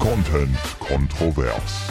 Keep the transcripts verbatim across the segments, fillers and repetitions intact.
Content kontrovers.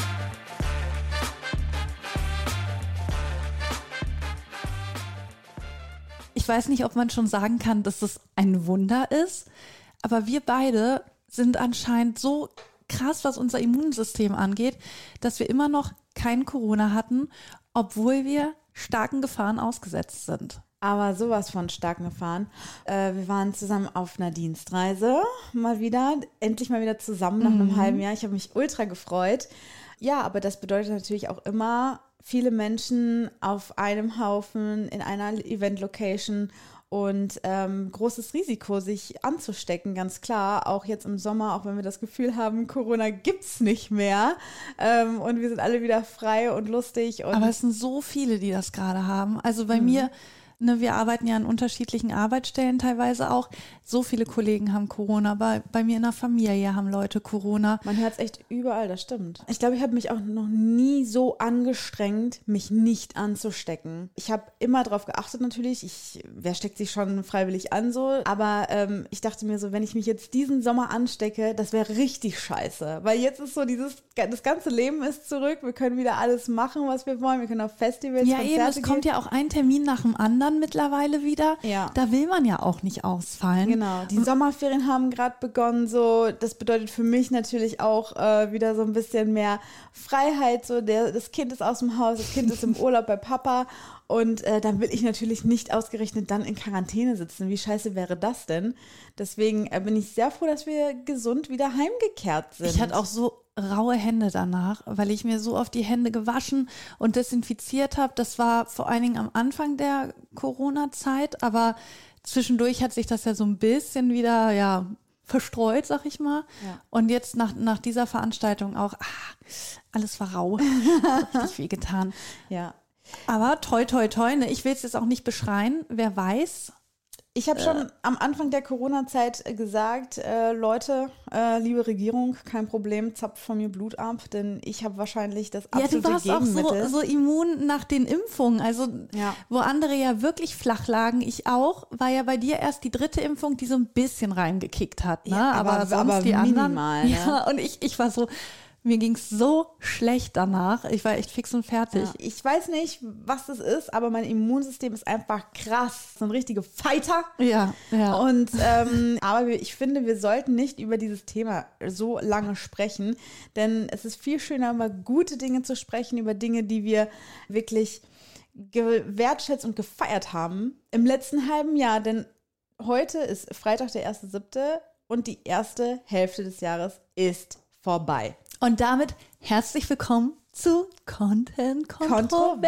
Ich weiß nicht, ob man schon sagen kann, dass das ein Wunder ist, aber wir beide sind anscheinend so krass, was unser Immunsystem angeht, dass wir immer noch kein Corona hatten, obwohl wir starken Gefahren ausgesetzt sind. Aber sowas von starken Gefahren. Äh, wir waren zusammen auf einer Dienstreise, mal wieder, endlich mal wieder zusammen nach einem mhm. halben Jahr. Ich habe mich ultra gefreut. Ja, aber das bedeutet natürlich auch immer viele Menschen auf einem Haufen in einer Event-Location und ähm, großes Risiko, sich anzustecken, ganz klar. Auch jetzt im Sommer, auch wenn wir das Gefühl haben, Corona gibt's nicht mehr ähm, und wir sind alle wieder frei und lustig. Und aber es sind so viele, die das gerade haben. Also bei mhm. mir... Ne, wir arbeiten ja an unterschiedlichen Arbeitsstellen teilweise auch. So viele Kollegen haben Corona. Bei, bei mir in der Familie haben Leute Corona. Man hört es echt überall, das stimmt. Ich glaube, ich habe mich auch noch nie so angestrengt, mich nicht anzustecken. Ich habe immer darauf geachtet natürlich. Ich, wer steckt sich schon freiwillig an so? Aber ähm, ich dachte mir so, wenn ich mich jetzt diesen Sommer anstecke, das wäre richtig scheiße. Weil jetzt ist so dieses, das ganze Leben ist zurück. Wir können wieder alles machen, was wir wollen. Wir können auf Festivals, ja, Konzerte eben, es gehen. kommt ja auch ein Termin nach dem anderen mittlerweile wieder. Ja. Da will man ja auch nicht ausfallen. Genau. Die Sommerferien haben gerade begonnen, so. Das bedeutet für mich natürlich auch äh, wieder so ein bisschen mehr Freiheit. So, der, das Kind ist aus dem Haus, das Kind ist im Urlaub bei Papa. Und äh, dann will ich natürlich nicht ausgerechnet dann in Quarantäne sitzen. Wie scheiße wäre das denn? Deswegen äh, bin ich sehr froh, dass wir gesund wieder heimgekehrt sind. Ich hatte auch so raue Hände danach, weil ich mir so oft die Hände gewaschen und desinfiziert habe. Das war vor allen Dingen am Anfang der Corona-Zeit, aber zwischendurch hat sich das ja so ein bisschen wieder, ja, verstreut, sag ich mal. Ja. Und jetzt nach, nach dieser Veranstaltung auch, ah, alles war rau. Hat richtig weh getan. Ja. Aber toi, toi, toi, ne? Ich will es jetzt auch nicht beschreien. Wer weiß. Ich habe schon äh, am Anfang der Corona-Zeit gesagt, äh, Leute, äh, liebe Regierung, kein Problem, zapft von mir Blut ab, denn ich habe wahrscheinlich das absolute Gegenmittel. Ja, du warst Gegenmittel. auch so, so immun nach den Impfungen. Also ja. wo andere ja wirklich flach lagen, ich auch, war ja bei dir erst die dritte Impfung, die so ein bisschen reingekickt hat. Ne? Ja, aber, aber sonst aber die minimal, anderen. ne? Ja, und ich, ich war so... Mir ging's so schlecht danach. Ich war echt fix und fertig. Ja, ich weiß nicht, was das ist, aber mein Immunsystem ist einfach krass. So ein richtiger Fighter. Ja, ja. Und ähm, aber ich finde, wir sollten nicht über dieses Thema so lange sprechen, denn es ist viel schöner, über gute Dinge zu sprechen, über Dinge, die wir wirklich gewertschätzt und gefeiert haben im letzten halben Jahr. Denn heute ist Freitag, der erste siebte und die erste Hälfte des Jahres ist vorbei. Und damit herzlich willkommen zu Content Kontrovers.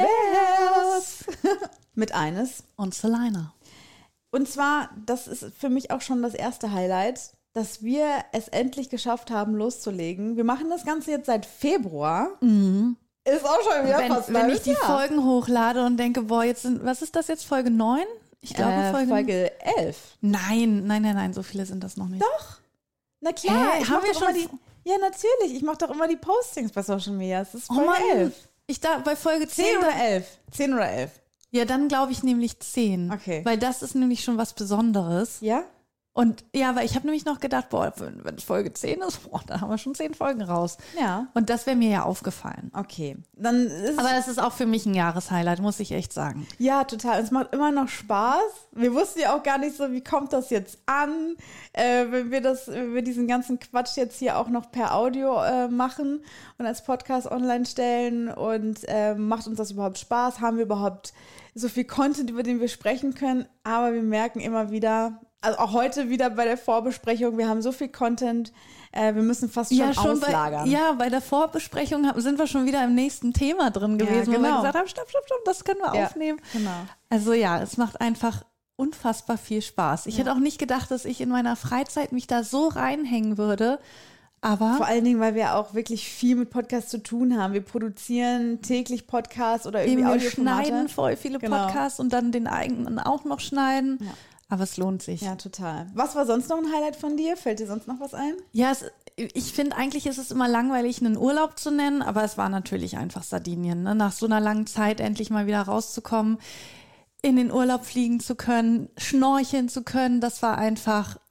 Mit Eines und Selina. Und zwar, das ist für mich auch schon das erste Highlight, dass wir es endlich geschafft haben, loszulegen. Wir machen das Ganze jetzt seit Februar. Mhm. Ist auch schon wieder wenn, fast Wenn ich die Jahr. Folgen hochlade und denke, boah, jetzt sind, was ist das jetzt, Folge neun? Ich glaube äh, Folge... Folge elf. Nein, nein, nein, nein, so viele sind das noch nicht. Doch. Na klar, Hä, ich haben mach wir doch schon... immer die, ja, natürlich. Ich mache doch immer die Postings bei Social Media. Es ist Folge oh Mann, elf. Ich da bei Folge zehn... Zehn oder elf? Zehn oder elf? Ja, dann glaube ich nämlich zehn. Okay. Weil das ist nämlich schon was Besonderes. Ja? Und ja, weil ich habe nämlich noch gedacht, boah, wenn, wenn Folge zehn ist, boah, dann haben wir schon zehn Folgen raus. Ja. Und das wäre mir ja aufgefallen. Okay. Dann ist Aber das ist auch für mich ein Jahreshighlight, muss ich echt sagen. Ja, total. Es macht immer noch Spaß. Wir wussten ja auch gar nicht so, wie kommt das jetzt an, äh, wenn wir das, wenn wir diesen ganzen Quatsch jetzt hier auch noch per Audio äh, machen und als Podcast online stellen und äh, macht uns das überhaupt Spaß? Haben wir überhaupt so viel Content, über den wir sprechen können? Aber wir merken immer wieder, also auch heute wieder bei der Vorbesprechung, wir haben so viel Content, äh, wir müssen fast schon, ja, schon auslagern. Bei, ja, bei der Vorbesprechung haben, sind wir schon wieder im nächsten Thema drin gewesen, ja, genau. wo wir gesagt haben, stopp, stopp, stopp, das können wir ja, aufnehmen. Genau. Also ja, es macht einfach unfassbar viel Spaß. Ich ja. hätte auch nicht gedacht, dass ich in meiner Freizeit mich da so reinhängen würde. Aber vor allen Dingen, weil wir auch wirklich viel mit Podcasts zu tun haben. Wir produzieren täglich Podcasts oder irgendwie wir Audioformate. schneiden voll viele Genau. Podcasts und dann den eigenen auch noch schneiden. Ja. Aber es lohnt sich. Ja, total. Was war sonst noch ein Highlight von dir? Fällt dir sonst noch was ein? Ja, es, ich finde, eigentlich ist es immer langweilig, einen Urlaub zu nennen, aber es war natürlich einfach Sardinien. Ne? Nach so einer langen Zeit endlich mal wieder rauszukommen, in den Urlaub fliegen zu können, schnorcheln zu können, das war einfach,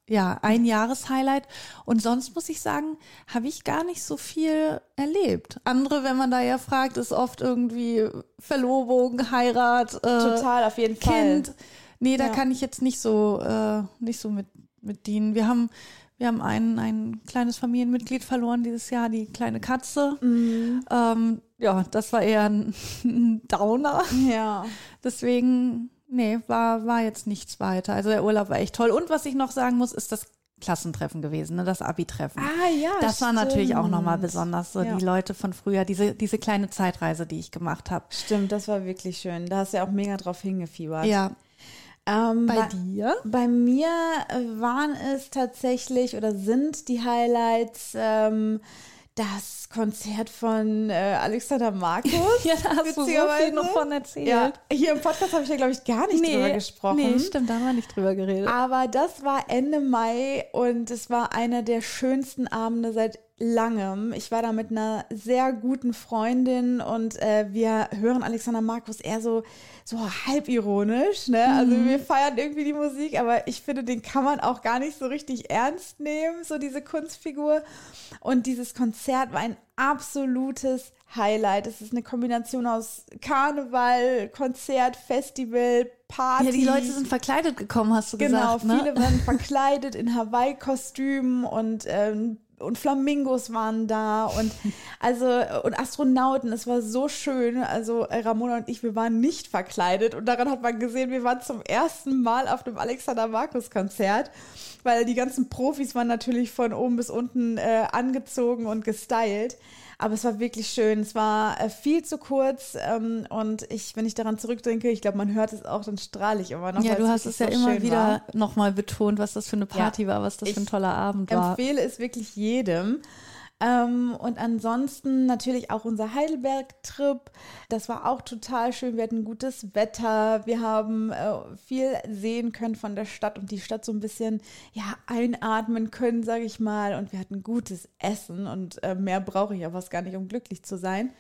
ja, ein Jahreshighlight. Und sonst muss ich sagen, habe ich gar nicht so viel erlebt. Andere, wenn man da ja fragt, ist oft irgendwie Verlobung, Heirat, äh, Total, auf jeden Kind. Fall. Nee, da Ja. kann ich jetzt nicht so, äh, nicht so mit, mit dienen. Wir haben, wir haben ein, ein kleines Familienmitglied verloren dieses Jahr, die kleine Katze. Mhm. Ähm, ja, das war eher ein, ein Downer. Ja. Deswegen, nee, war, war jetzt nichts weiter. Also der Urlaub war echt toll. Und was ich noch sagen muss, ist das Klassentreffen gewesen, ne? Das Abi-Treffen. Ah ja, Das war stimmt. natürlich auch nochmal besonders, so Ja. die Leute von früher, diese, diese kleine Zeitreise, die ich gemacht habe. Stimmt, das war wirklich schön. Da hast du ja auch mega drauf hingefiebert. Ja, Ähm, bei bei, dir? bei mir äh, waren es tatsächlich oder sind die Highlights ähm, das Konzert von äh, Alexander Markus. Ja, da hast du so viel witzigerweise. noch von erzählt. Ja, hier im Podcast habe ich ja, glaube ich, gar nicht drüber gesprochen. Nee, stimmt, da haben wir nicht drüber geredet. Aber das war Ende Mai und es war einer der schönsten Abende seit langem. Ich war da mit einer sehr guten Freundin und äh, wir hören Alexander Markus eher so, so halbironisch, ne? Also wir feiern irgendwie die Musik, aber ich finde, den kann man auch gar nicht so richtig ernst nehmen, so diese Kunstfigur. Und dieses Konzert war ein absolutes Highlight. Es ist eine Kombination aus Karneval, Konzert, Festival, Party. Ja, die Leute sind verkleidet gekommen, hast du Genau, gesagt, ne? viele waren verkleidet in Hawaii-Kostümen und, ähm, und Flamingos waren da und also und Astronauten, es war so schön. Also äh, Ramona und ich, wir waren nicht verkleidet und daran hat man gesehen, wir waren zum ersten Mal auf einem Alexander Markus-Konzert, weil die ganzen Profis waren natürlich von oben bis unten äh, angezogen und gestylt. Aber es war wirklich schön. Es war äh, viel zu kurz ähm, und ich, wenn ich daran zurückdenke, ich glaube, man hört es auch, dann strahle ich immer noch. Ja, weil du hast wirklich es ja so immer schön wieder war. nochmal betont, was das für eine Party war, was das für ein Ich toller Abend war. Empfehle es wirklich jedem. Ähm, und ansonsten natürlich auch unser Heidelberg-Trip. Das war auch total schön. Wir hatten gutes Wetter. Wir haben äh, viel sehen können von der Stadt und die Stadt so ein bisschen ja, einatmen können, sage ich mal. Und wir hatten gutes Essen und äh, mehr brauche ich ja was gar nicht, um glücklich zu sein.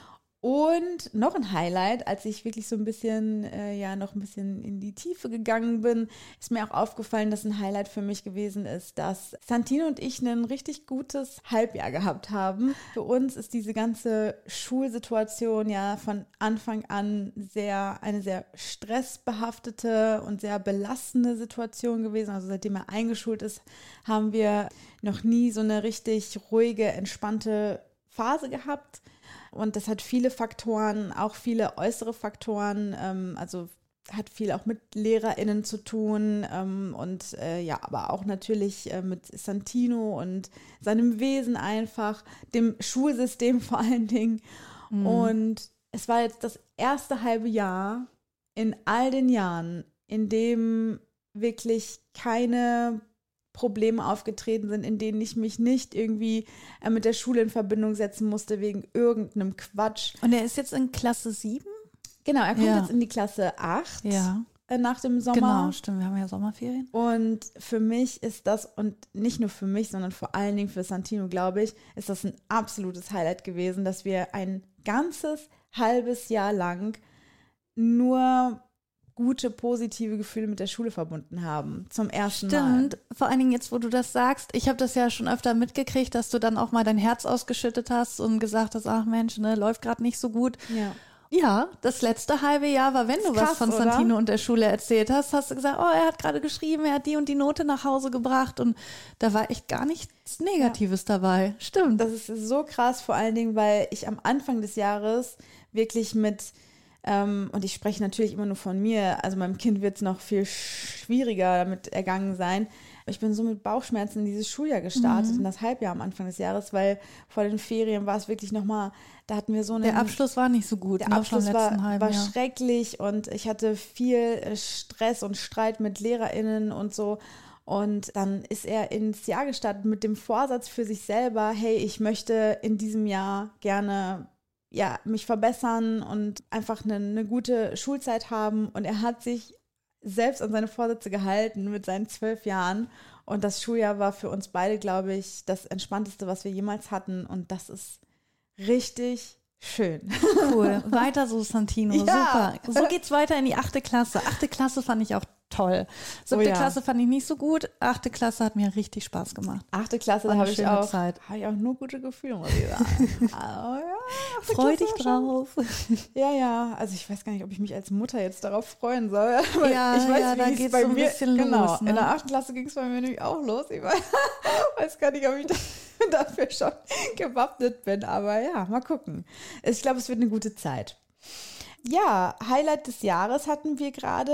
Und noch ein Highlight, als ich wirklich so ein bisschen, äh, ja, noch ein bisschen in die Tiefe gegangen bin, ist mir auch aufgefallen, dass ein Highlight für mich gewesen ist, dass Santino und ich ein richtig gutes Halbjahr gehabt haben. Für uns ist diese ganze Schulsituation ja von Anfang an sehr, eine sehr stressbehaftete und sehr belastende Situation gewesen. Also seitdem er eingeschult ist, haben wir noch nie so eine richtig ruhige, entspannte Phase gehabt. Und das hat viele Faktoren, auch viele äußere Faktoren, ähm, also hat viel auch mit LehrerInnen zu tun ähm, und äh, ja, aber auch natürlich äh, mit Santino und seinem Wesen einfach, dem Schulsystem vor allen Dingen. Mhm. Und es war jetzt das erste halbe Jahr in all den Jahren, in dem wirklich keine Probleme aufgetreten sind, in denen ich mich nicht irgendwie äh, mit der Schule in Verbindung setzen musste wegen irgendeinem Quatsch. Und er ist jetzt in Klasse sieben? Genau, er kommt Ja. jetzt in die Klasse acht Ja. äh, nach dem Sommer. Genau, stimmt, wir haben ja Sommerferien. Und für mich ist das, und nicht nur für mich, sondern vor allen Dingen für Santino, glaube ich, ist das ein absolutes Highlight gewesen, dass wir ein ganzes halbes Jahr lang nur gute, positive Gefühle mit der Schule verbunden haben. Zum ersten Mal. Stimmt, vor allen Dingen jetzt, wo du das sagst, ich habe das ja schon öfter mitgekriegt, dass du dann auch mal dein Herz ausgeschüttet hast und gesagt hast, ach Mensch, ne, läuft gerade nicht so gut. Ja. Ja, das letzte halbe Jahr war, wenn du Krass, was von oder? Santino und der Schule erzählt hast, hast du gesagt, oh, er hat gerade geschrieben, er hat die und die Note nach Hause gebracht und da war echt gar nichts Negatives dabei. Stimmt. Das ist so krass, vor allen Dingen, weil ich am Anfang des Jahres wirklich mit, ähm, und ich spreche natürlich immer nur von mir, also meinem Kind wird es noch viel schwieriger damit ergangen sein. Ich bin so mit Bauchschmerzen in dieses Schuljahr gestartet, Mhm. in das Halbjahr am Anfang des Jahres, weil vor den Ferien war es wirklich nochmal, da hatten wir so eine... Der Abschluss war nicht so gut. Der ne, Abschluss vom war, letzten halben war Jahr. schrecklich und ich hatte viel äh, Stress und Streit mit LehrerInnen und so. Und dann ist er ins Jahr gestartet mit dem Vorsatz für sich selber, hey, ich möchte in diesem Jahr gerne ja, mich verbessern und einfach eine, eine gute Schulzeit haben. Und er hat sich selbst an seine Vorsätze gehalten mit seinen zwölf Jahren. Und das Schuljahr war für uns beide, glaube ich, das Entspannteste, was wir jemals hatten. Und das ist richtig schön. Cool. Weiter so, Santino. Ja. Super. So geht's weiter in die achte Klasse. Achte Klasse fand ich auch toll. Siebte Oh ja. Klasse fand ich nicht so gut. Achte Klasse hat mir richtig Spaß gemacht. Achte Klasse, War da eine habe ich, schöne auch- Zeit. hab ich auch nur gute Gefühle, muss ich sagen. Aber ja, achte Freu Klasse dich war schon- drauf. Ja, ja, also ich weiß gar nicht, ob ich mich als Mutter jetzt darauf freuen soll. Aber Ja, ich weiß, ja, wie da es geht's bei so ein mir, bisschen genau, los, ne? in der achten Klasse ging es bei mir nämlich auch los. Ich weiß, weiß gar nicht, ob ich da, dafür schon gewappnet bin, aber ja, mal gucken. Ich glaube, es wird eine gute Zeit. Ja, Highlight des Jahres hatten wir gerade.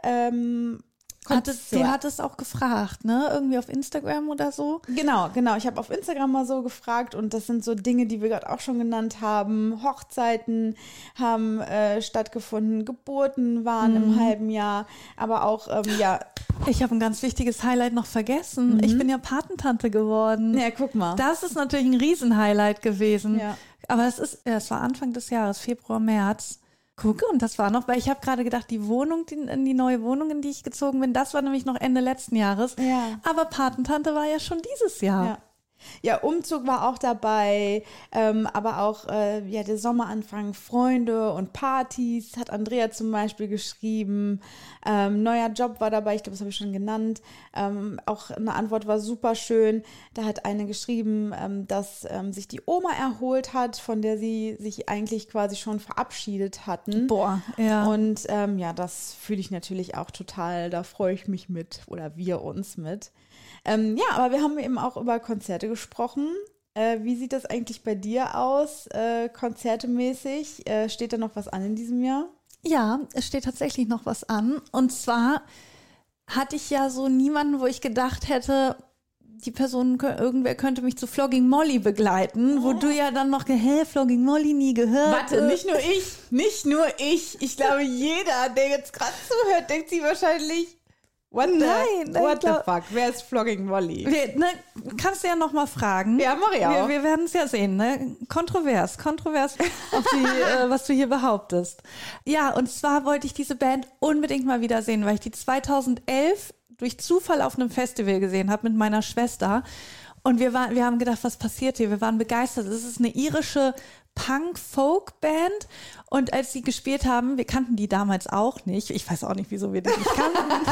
Ähm, Hattest, du Konzert. hattest auch gefragt, ne? Irgendwie auf Instagram oder so. Genau, genau. Ich habe auf Instagram mal so gefragt und das sind so Dinge, die wir gerade auch schon genannt haben. Hochzeiten haben äh, stattgefunden, Geburten waren im halben Jahr, aber auch, ähm, ja, Ich habe ein ganz wichtiges Highlight noch vergessen. Ich bin ja Patentante geworden. ja, guck mal. Das ist natürlich ein Riesenhighlight gewesen. Ja. Aber es ist, ja, es war Anfang des Jahres, Februar, März. Gucke, und das war noch, weil ich habe gerade gedacht, die Wohnung, die, in die neue Wohnung, in die ich gezogen bin, das war nämlich noch Ende letzten Jahres. Ja. Aber Patentante war ja schon dieses Jahr. Ja. Ja, Umzug war auch dabei, ähm, aber auch äh, ja, der Sommeranfang, Freunde und Partys, hat Andrea zum Beispiel geschrieben. Ähm, neuer Job war dabei, ich glaube, das habe ich schon genannt. Ähm, auch eine Antwort war super schön. Da hat eine geschrieben, ähm, dass ähm, sich die Oma erholt hat, von der sie sich eigentlich quasi schon verabschiedet hatten. Boah, ja. Und ähm, ja, das fühle ich natürlich auch total, da freue ich mich mit oder wir uns mit. Ähm, ja, aber wir haben eben auch über Konzerte gesprochen. Äh, wie sieht das eigentlich bei dir aus, äh, konzertemäßig? Äh, steht da noch was an in diesem Jahr? Ja, es steht tatsächlich noch was an. Und zwar hatte ich ja so niemanden, wo ich gedacht hätte, die Person, kö- irgendwer könnte mich zu Flogging Molly begleiten, wo du ja dann noch, hä, Flogging Molly nie gehört. Warte, nicht nur ich, nicht nur ich. Ich glaube, jeder, der jetzt gerade zuhört, denkt sich wahrscheinlich, what the, Nein, nein, what the glaub- fuck, wer ist Flogging Molly? Wir, ne, kannst du ja noch mal fragen. Ja, mach ich auch. Wir, wir werden es ja sehen, ne? Kontrovers, kontrovers, auf die, äh, was du hier behauptest. Ja, und zwar wollte ich diese Band unbedingt mal wiedersehen, weil ich die zweitausendelf durch Zufall auf einem Festival gesehen habe mit meiner Schwester. Und wir, waren, wir haben gedacht, was passiert hier? Wir waren begeistert. Es ist eine irische Punk-Folk-Band. Und als sie gespielt haben, wir kannten die damals auch nicht. Ich weiß auch nicht, wieso wir die nicht kannten.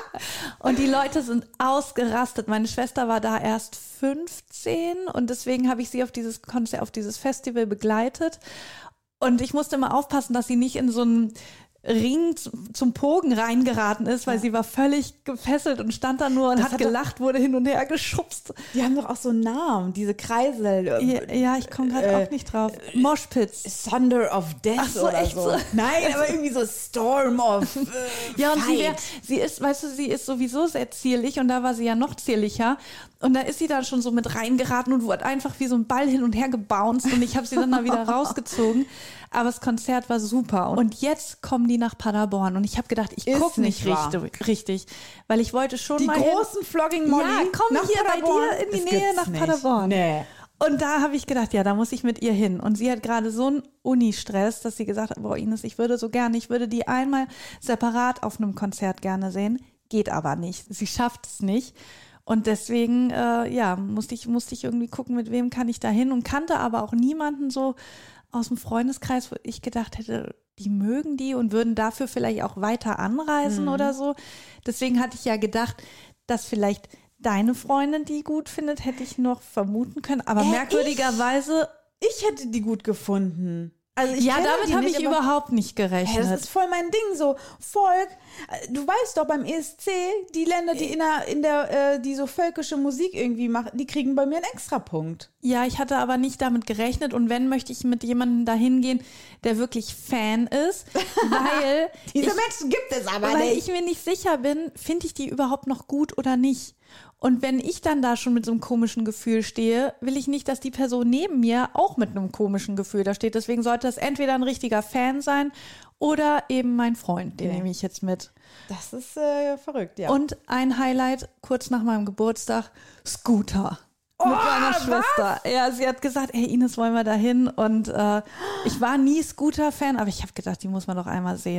Und die Leute sind ausgerastet. Meine Schwester war da erst fünfzehn und deswegen habe ich sie auf dieses Konzert, auf dieses Festival begleitet. Und ich musste immer aufpassen, dass sie nicht in so einen Ring zum, zum Pogen reingeraten ist, weil sie war völlig gefesselt und stand da nur und Das hat hat doch- gelacht, wurde hin und her geschubst. Die haben doch auch so einen Namen, diese Kreisel. Ja, ja, ich komme gerade Äh, auch nicht drauf. Moshpits. Thunder of Death Ach so, oder echt so. so? Nein, aber irgendwie so Storm of äh, Ja, und sie, wär, Fight. sie ist, weißt du, sie ist sowieso sehr zierlich und da war sie ja noch zierlicher. Und da ist sie dann schon so mit reingeraten und wurde einfach wie so ein Ball hin und her gebounced und ich habe sie dann da wieder rausgezogen. Aber das Konzert war super. Und jetzt kommen die nach Paderborn und ich habe gedacht, ich Ist gucke nicht nicht wahr. richtig, richtig, weil ich wollte schon Die mal hin. großen Flogging Molly Ja, komm nach hier bei Paderborn? dir in die Das Nähe gibt's nach nicht. Paderborn. Nee. Und da habe ich gedacht, ja, da muss ich mit ihr hin. Und sie hat gerade so einen Uni-Stress, dass sie gesagt hat, boah, Ines, ich würde so gerne, ich würde die einmal separat auf einem Konzert gerne sehen. Geht aber nicht. Sie schafft es nicht. Und deswegen, äh, ja, musste ich, musste ich irgendwie gucken, mit wem kann ich da hin und kannte aber auch niemanden so aus dem Freundeskreis, wo ich gedacht hätte, die mögen die und würden dafür vielleicht auch weiter anreisen oder so. Deswegen hatte ich ja gedacht, dass vielleicht deine Freundin die gut findet, hätte ich noch vermuten können. Aber Äh, merkwürdigerweise, Ich hätte die gut gefunden. Also ich ja, kenne damit die habe nicht, ich aber- überhaupt nicht Hey, gerechnet. das ist voll mein Ding, so Volk. Äh, Du weißt doch, beim E S C, die Länder, die in der, in der äh, die so völkische Musik irgendwie machen, die kriegen bei mir einen Extrapunkt. Ja, ich hatte aber nicht damit gerechnet und wenn, möchte ich mit jemandem dahin gehen, der wirklich Fan ist, weil, Diese ich, Menschen gibt es aber weil nicht. ich mir nicht sicher bin, finde ich die überhaupt noch gut oder nicht. Und wenn ich dann da schon mit so einem komischen Gefühl stehe, will ich nicht, dass die Person neben mir auch mit einem komischen Gefühl da steht. Deswegen sollte das entweder ein richtiger Fan sein oder eben mein Freund, den Okay. nehme ich jetzt mit. Das ist äh, verrückt, ja. Und ein Highlight, kurz nach meinem Geburtstag, Scooter. Mit meiner Schwester. Ja, sie hat gesagt, hey Ines, wollen wir da hin? Und äh, ich war nie Scooter-Fan, aber ich habe gedacht, die muss man doch einmal sehen.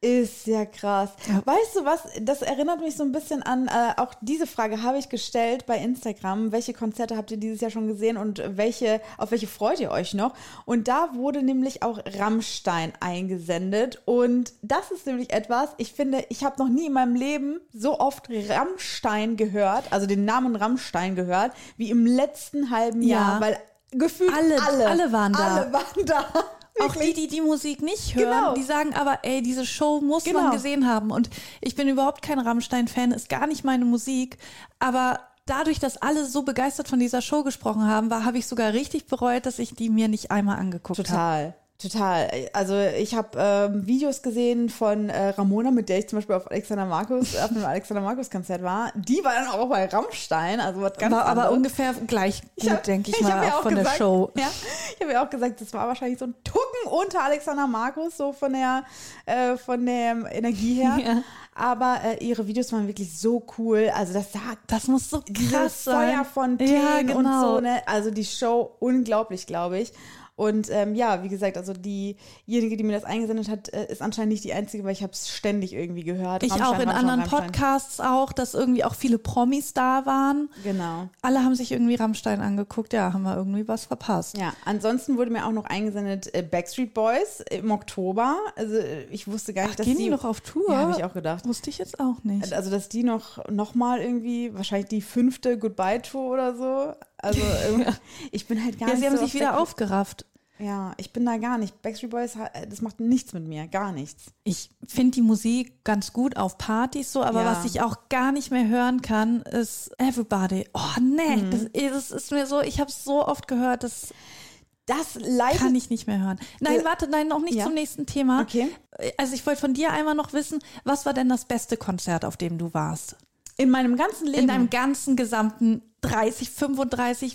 Ist ja krass. Ja. Weißt du was, das erinnert mich so ein bisschen an, äh, auch diese Frage habe ich gestellt bei Instagram. Welche Konzerte habt ihr dieses Jahr schon gesehen und welche, auf welche freut ihr euch noch? Und da wurde nämlich auch Rammstein eingesendet. Und das ist nämlich etwas, ich finde, ich habe noch nie in meinem Leben so oft Rammstein gehört, also den Namen Rammstein gehört, wie im letzten halben Jahr, Ja. weil gefühlt Alle- alle, alle waren da. Alle waren da. Auch die, die die Musik nicht hören, Genau. die sagen aber, ey, diese Show muss Genau. man gesehen haben. Und ich bin überhaupt kein Rammstein-Fan, ist gar nicht meine Musik. Aber dadurch, dass alle so begeistert von dieser Show gesprochen haben, war, habe ich sogar richtig bereut, dass ich die mir nicht einmal angeguckt habe. Total. Total. Also ich habe ähm, Videos gesehen von äh, Ramona, mit der ich zum Beispiel auf Alexander Markus, auf einem Alexander Markus Konzert war. Die war dann auch bei Rammstein, also was ganz War aber anderes. ungefähr gleich gut, hab- denke ich, hab mal, ja auch von gesagt, der Show. Ja, ich habe ja auch gesagt, das war wahrscheinlich so ein Tucken unter Alexander Markus, so von der, äh, von der Energie her. Ja. Aber äh, ihre Videos waren wirklich so cool. Also das sagt Das muss so diese krass sein. Feuerfontänen Ja, genau. und so, ne? Also die Show unglaublich, glaube ich. Und ähm, ja, wie gesagt, also diejenige, die mir das eingesendet hat, äh, ist anscheinend nicht die einzige, weil ich habe es ständig irgendwie gehört. Ich Rammstein, auch in Rammstein, anderen Rammstein. Podcasts auch, dass irgendwie auch viele Promis da waren. Genau. Alle haben sich irgendwie Rammstein angeguckt. Ja, haben wir irgendwie was verpasst. Ja, ansonsten wurde mir auch noch eingesendet äh, Backstreet Boys im Oktober. Also äh, ich wusste gar nicht, dass Gehen die die noch auf Tour? Ja, habe ich auch gedacht. Wusste ich jetzt auch nicht. Also, dass die noch, noch mal irgendwie, wahrscheinlich die fünfte Goodbye-Tour oder so. Also, irgendwie- ich bin halt gar Ja, nicht sie haben so sich wieder Back- aufgerafft. Ja, ich bin da gar nicht. Backstreet Boys, ha- das macht nichts mit mir, gar nichts. Ich finde die Musik ganz gut auf Partys so, aber Ja. was ich auch gar nicht mehr hören kann, ist Everybody. Oh nee, Mhm. das, das ist mir so, ich habe es so oft gehört, das Das leidet. kann ich nicht mehr hören. Nein, Äh, warte, nein, noch nicht ja? zum nächsten Thema. Okay. Also ich wollte von dir einmal noch wissen, was war denn das beste Konzert, auf dem du warst? In meinem ganzen Leben. In deinem ganzen gesamten dreißig, fünfunddreißig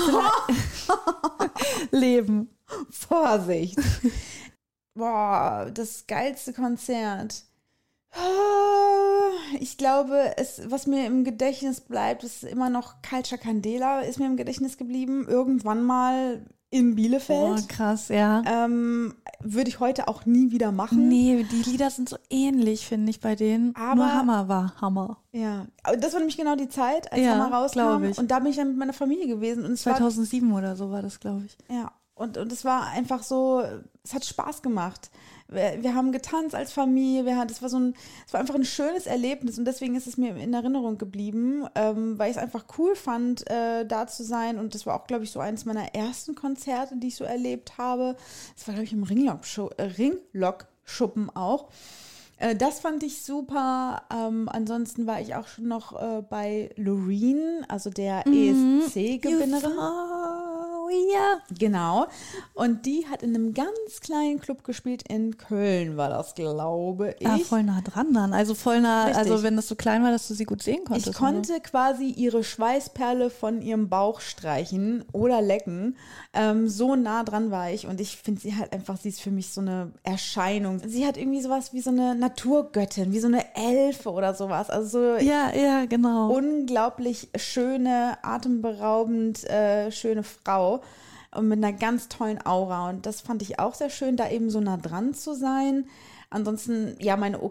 Leben. Vorsicht. Boah, das geilste Konzert. Ah, Ich glaube, es, was mir im Gedächtnis bleibt, ist immer noch Culture Candela, ist mir im Gedächtnis geblieben. Irgendwann mal in Oh, Bielefeld. krass, ja. Ähm, würde ich heute auch nie wieder machen. Nee, die Lieder sind so ähnlich, finde ich, bei denen. Aber- Nur Hammer war Hammer. Ja, aber das war nämlich genau die Zeit, als Ja, Hammer rauskam. glaub ich. Und da bin ich dann mit meiner Familie gewesen. Und es war zweitausendsieben oder so war das, glaube ich. Ja, und, und es war einfach so, es hat Spaß gemacht. Wir, wir haben getanzt als Familie, wir, hat- es war so ein, es war einfach ein schönes Erlebnis und deswegen ist es mir in Erinnerung geblieben, ähm, weil ich es einfach cool fand, äh, da zu sein und das war auch, glaube ich, so eines meiner ersten Konzerte, die ich so erlebt habe. Das war, glaube ich, im Ringlock-Schu- äh, Ringlock-Schuppen auch. Äh, Das fand ich super. Ähm, ansonsten war ich auch schon noch äh, bei Loreen, also der E S C-Gewinnerin. Ja. Genau. Und die hat in einem ganz kleinen Club gespielt. In Köln war das, glaube ich. Ah, voll nah dran dann. Also voll nah, Richtig. also wenn das so klein war, dass du sie gut sehen konntest. Ich konnte quasi ihre Schweißperle von ihrem Bauch streichen oder lecken. Ähm, so nah dran war ich und ich finde sie halt einfach, sie ist für mich so eine Erscheinung. Sie hat irgendwie sowas wie so eine Naturgöttin, wie so eine Elfe oder sowas. Also so Ja, ja, genau. unglaublich schöne, atemberaubend äh, schöne Frau und mit einer ganz tollen Aura. Und das fand ich auch sehr schön, da eben so nah dran zu sein. Ansonsten, ja, meine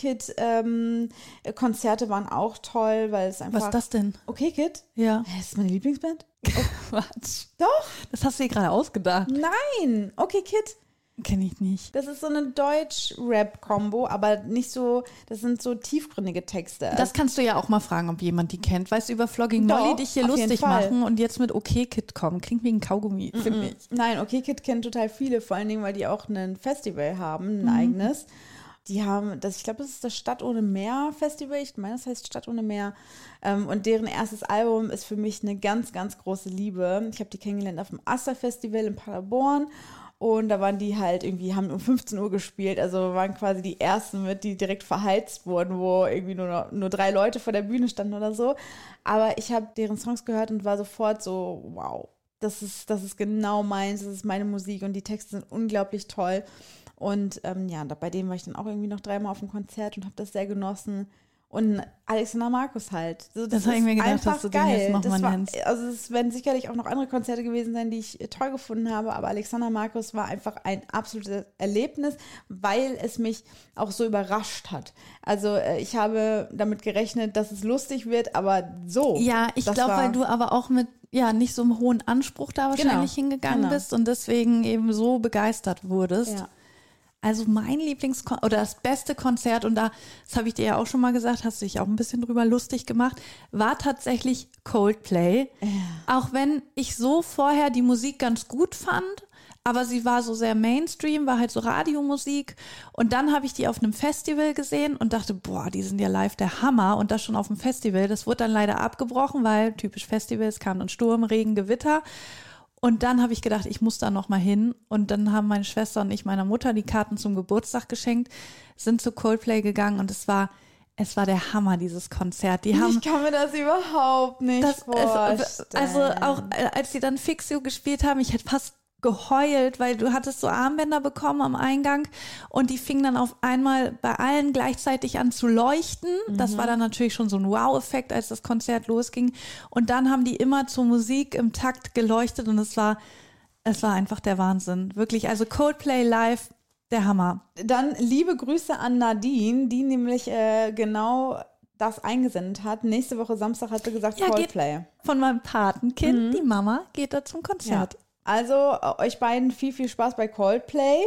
OK-Kid-Konzerte waren auch toll, weil es einfach... Was ist das denn? OK-Kid? Ja. Hä, ist das meine Lieblingsband? Quatsch. Doch, Das hast du dir gerade ausgedacht. nein, OK-Kid. Kenne ich nicht. Das ist so eine Deutsch-Rap-Kombo, aber nicht so, das sind so tiefgründige Texte. Das kannst du ja auch mal fragen, ob jemand die kennt. Weißt du, über Flogging Doch, Molly dich hier auf jeden lustig Fall. machen und jetzt mit OK-Kid kommen. Klingt wie ein Kaugummi, finde ich. Nein, OK-Kid kennt total viele, vor allen Dingen, weil die auch ein Festival haben, Mhm. ein eigenes. Die haben, das, ich glaube, das ist das Stadt ohne Meer Festival. Ich meine, das heißt Stadt ohne Meer. Ähm, und deren erstes Album ist für mich eine ganz, ganz große Liebe. Ich habe die kennengelernt auf dem Aster Festival in Paderborn. Und da waren die halt irgendwie, haben um fünfzehn Uhr gespielt, also waren quasi die ersten mit, die direkt verheizt wurden, wo irgendwie nur, noch, nur drei Leute vor der Bühne standen oder so. Aber ich habe deren Songs gehört und war sofort so, wow, das ist, das ist genau meins, das ist meine Musik und die Texte sind unglaublich toll. Und ähm, ja, da, bei dem war ich dann auch irgendwie noch dreimal auf dem Konzert und habe das sehr genossen. und Alexander Markus halt. So, das das habe ich mir gedacht, einfach dass du den geil. jetzt nochmal war, nennst. Also es werden sicherlich auch noch andere Konzerte gewesen sein, die ich toll gefunden habe, aber Alexander Markus war einfach ein absolutes Erlebnis, weil es mich auch so überrascht hat. Also ich habe damit gerechnet, dass es lustig wird, aber so. Ja, ich glaube, weil du aber auch mit ja nicht so einem hohen Anspruch da wahrscheinlich Genau, hingegangen genau. bist und deswegen eben so begeistert wurdest. Ja. Also mein Lieblingskon oder das beste Konzert, und da, das habe ich dir ja auch schon mal gesagt, hast du dich auch ein bisschen drüber lustig gemacht, war tatsächlich Coldplay. Ja. Auch wenn ich so vorher die Musik ganz gut fand, aber sie war so sehr Mainstream, war halt so Radiomusik. Und dann habe ich die auf einem Festival gesehen und dachte, boah, die sind ja live der Hammer. Und das schon auf dem Festival. Das wurde dann leider abgebrochen, weil typisch Festivals kam dann Sturm, Regen, Gewitter. Und dann habe ich gedacht, ich muss da noch mal hin. Und dann haben meine Schwester und ich meiner Mutter die Karten zum Geburtstag geschenkt, sind zu Coldplay gegangen und es war, es war der Hammer, dieses Konzert. Die haben, Ich kann mir das überhaupt nicht das, vorstellen. es, also auch äh, als sie dann Fixio gespielt haben, ich hätte fast geheult, weil du hattest so Armbänder bekommen am Eingang und die fingen dann auf einmal bei allen gleichzeitig an zu leuchten. Mhm. Das war dann natürlich schon so ein Wow-Effekt, als das Konzert losging. Und dann haben die immer zur Musik im Takt geleuchtet und es war, es war einfach der Wahnsinn. Wirklich, also Coldplay live, der Hammer. Dann liebe Grüße an Nadine, die nämlich äh, genau das eingesendet hat. Nächste Woche Samstag hat sie gesagt, Ja, Coldplay. geht von meinem Patenkind, mhm. die Mama, geht da zum Konzert. Ja. Also euch beiden viel, viel Spaß bei Coldplay.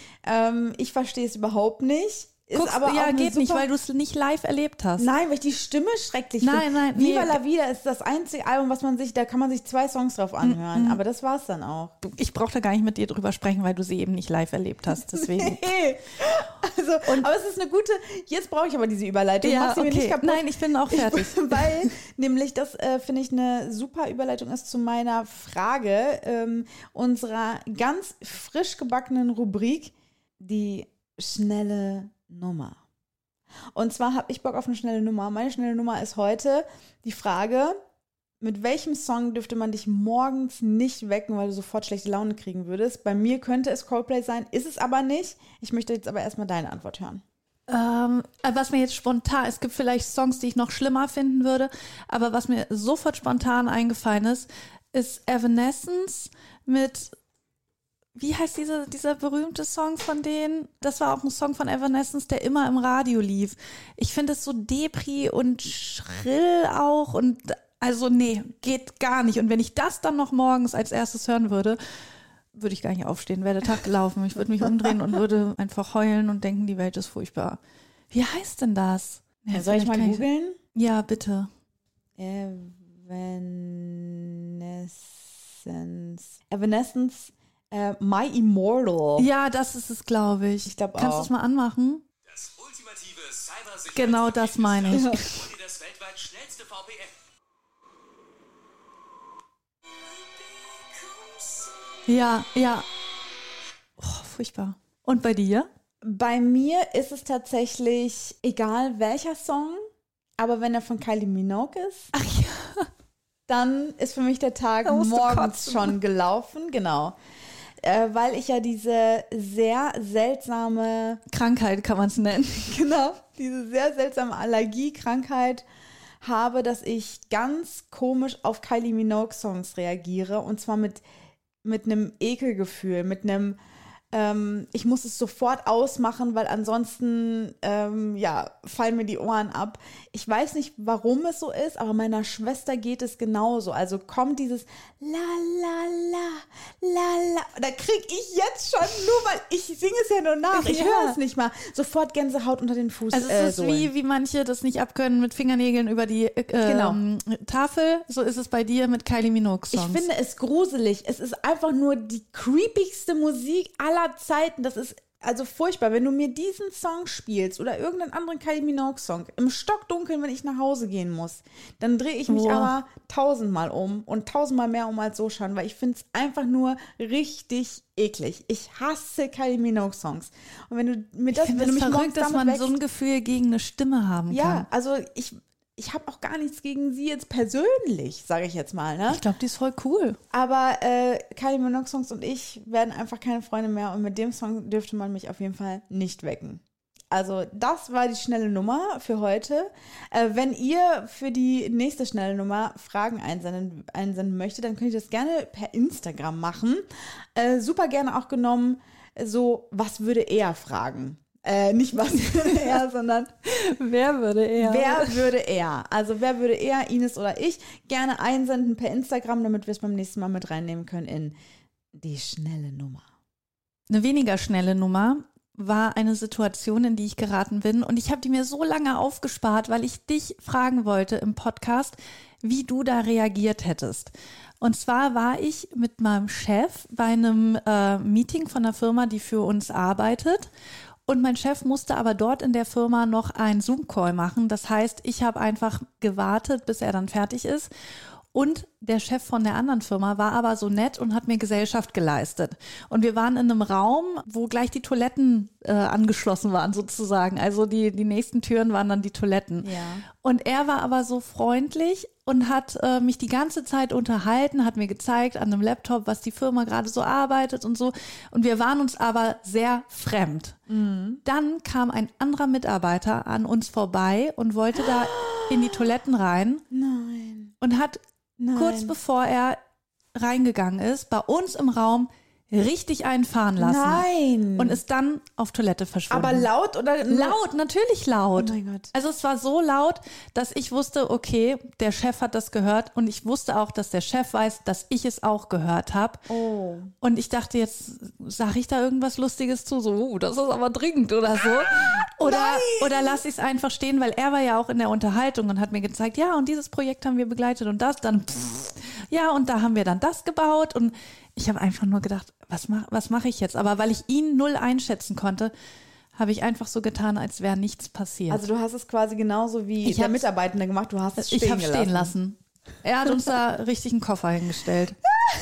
Ähm, ich verstehe es überhaupt nicht. Ist Guckst, aber ja, auch geht super, nicht, weil du es nicht live erlebt hast. Nein, weil ich die Stimme schrecklich Nein, finde. nein, Viva nee. la Vida ist das einzige Album, was man sich, da kann man sich zwei Songs drauf anhören. Mhm. Aber das war's dann auch. Ich brauche da gar nicht mit dir drüber sprechen, weil du sie eben nicht live erlebt hast. Deswegen. Nee. Also, aber es ist eine gute, jetzt brauche ich aber diese Überleitung. Ja, Mach sie mir okay. nicht kaputt. Nein, ich bin auch fertig. Ich, weil nämlich das, äh, finde ich, eine super Überleitung ist zu meiner Frage ähm, unserer ganz frisch gebackenen Rubrik, die schnelle Nummer. Und zwar habe ich Bock auf eine schnelle Nummer. Meine schnelle Nummer ist heute die Frage, mit welchem Song dürfte man dich morgens nicht wecken, weil du sofort schlechte Laune kriegen würdest? Bei mir könnte es Coldplay sein, ist es aber nicht. Ich möchte jetzt aber erstmal deine Antwort hören. Ähm, was mir jetzt spontan, es gibt vielleicht Songs, die ich noch schlimmer finden würde, aber was mir sofort spontan eingefallen ist, ist Evanescence mit, wie heißt dieser, dieser berühmte Song von denen? Das war auch ein Song von Evanescence, der immer im Radio lief. Ich finde es so depri und schrill auch und also nee, geht gar nicht. Und wenn ich das dann noch morgens als erstes hören würde, würde ich gar nicht aufstehen, wäre der Tag gelaufen. Ich würde mich umdrehen und würde einfach heulen und denken, die Welt ist furchtbar. Wie heißt denn das? Ja, Soll ich mal googeln? Ja, bitte. Evanescence. Evanescence, äh, My Immortal. Ja, das ist es, glaube ich. Ich glaube auch. Kannst du es mal anmachen? Das ultimative Cybersicherheitspaket Genau das meine ich. und dir das weltweit schnellste V P N. Ja, ja. Oh, furchtbar. Und bei dir? Bei mir ist es tatsächlich egal welcher Song, aber wenn er von Kylie Minogue ist, Ach ja. dann ist für mich der Tag Da musst du morgens kotzen. schon gelaufen, genau. Äh, weil ich ja diese sehr seltsame, Krankheit kann man es nennen. genau, diese sehr seltsame Allergiekrankheit habe, dass ich ganz komisch auf Kylie Minogue Songs reagiere und zwar mit, mit einem Ekelgefühl, mit einem Ähm, ich muss es sofort ausmachen, weil ansonsten, ähm, ja, fallen mir die Ohren ab. Ich weiß nicht, warum es so ist, aber meiner Schwester geht es genauso. Also kommt dieses La, la, la, la, la. Da kriege ich jetzt schon, nur weil ich singe es ja nur nach. Ich Ja. höre es nicht mal. Sofort Gänsehaut unter den Fuß. Also es äh, ist Sohlen. wie, wie manche das nicht abkönnen mit Fingernägeln über die äh, Genau. ähm, Tafel. So ist es bei dir mit Kylie Minogue Songs. Ich finde es gruselig. Es ist einfach nur die creepigste Musik aller Zeiten. Das ist also furchtbar. Wenn du mir diesen Song spielst oder irgendeinen anderen Kylie Minogue Song im Stockdunkeln, wenn ich nach Hause gehen muss, dann drehe ich mich Boah. aber tausendmal um und tausendmal mehr um als so schon, weil ich finde es einfach nur richtig eklig. Ich hasse Kylie Minogue Songs. Und wenn du mir das, ich finde wenn du es mich verrückt, morgens dass damit man so wächst, ein Gefühl gegen eine Stimme haben ja, kann. also ich Ich habe auch gar nichts gegen sie jetzt persönlich, sage ich jetzt mal. Ne? Ich glaube, die ist voll cool. Aber äh, Kylie Minogue Songs und ich werden einfach keine Freunde mehr und mit dem Song dürfte man mich auf jeden Fall nicht wecken. Also das war die schnelle Nummer für heute. Äh, wenn ihr für die nächste schnelle Nummer Fragen einsenden, einsenden möchtet, dann könnt ihr das gerne per Instagram machen. Äh, super gerne auch genommen, so was würde er fragen. Äh, nicht was würde er, sondern wer würde er? Wer würde er? Also wer würde er, Ines oder ich? Gerne einsenden per Instagram, damit wir es beim nächsten Mal mit reinnehmen können in die schnelle Nummer. Eine weniger schnelle Nummer war eine Situation, in die ich geraten bin. Und ich habe die mir so lange aufgespart, weil ich dich fragen wollte im Podcast, wie du da reagiert hättest. Und zwar war ich mit meinem Chef bei einem äh, Meeting von einer Firma, die für uns arbeitet. Und mein Chef musste aber dort in der Firma noch einen Zoom-Call machen. Das heißt, ich habe einfach gewartet, bis er dann fertig ist. Und der Chef von der anderen Firma war aber so nett und hat mir Gesellschaft geleistet. Und wir waren in einem Raum, wo gleich die Toiletten äh, angeschlossen waren sozusagen. Also die, die nächsten Türen waren dann die Toiletten. Ja. Und er war aber so freundlich und hat äh, mich die ganze Zeit unterhalten, hat mir gezeigt an einem Laptop, was die Firma gerade so arbeitet und so. Und wir waren uns aber sehr fremd. Mhm. Dann kam ein anderer Mitarbeiter an uns vorbei und wollte da in die Toiletten rein. Nein. Und hat Nein. kurz bevor er reingegangen ist, bei uns im Raum richtig einen fahren lassen. Nein. Und ist dann auf Toilette verschwunden. Aber laut oder? Laut, natürlich laut. Oh mein Gott. Also es war so laut, dass ich wusste, okay, der Chef hat das gehört und ich wusste auch, dass der Chef weiß, dass ich es auch gehört habe. Oh. Und ich dachte, jetzt sage ich da irgendwas Lustiges zu, so, oh, das ist aber dringend oder so. Oder, oder lasse ich es einfach stehen, weil er war ja auch in der Unterhaltung und hat mir gezeigt, ja, und dieses Projekt haben wir begleitet und das, dann pff, ja, und da haben wir dann das gebaut und ich habe einfach nur gedacht, was mache was mach ich jetzt? Aber weil ich ihn null einschätzen konnte, habe ich einfach so getan, als wäre nichts passiert. Also du hast es quasi genauso wie Ich der hab's- Mitarbeitende gemacht, du hast es stehen ich habe gelassen. stehen lassen. Er hat uns da richtig einen Koffer hingestellt.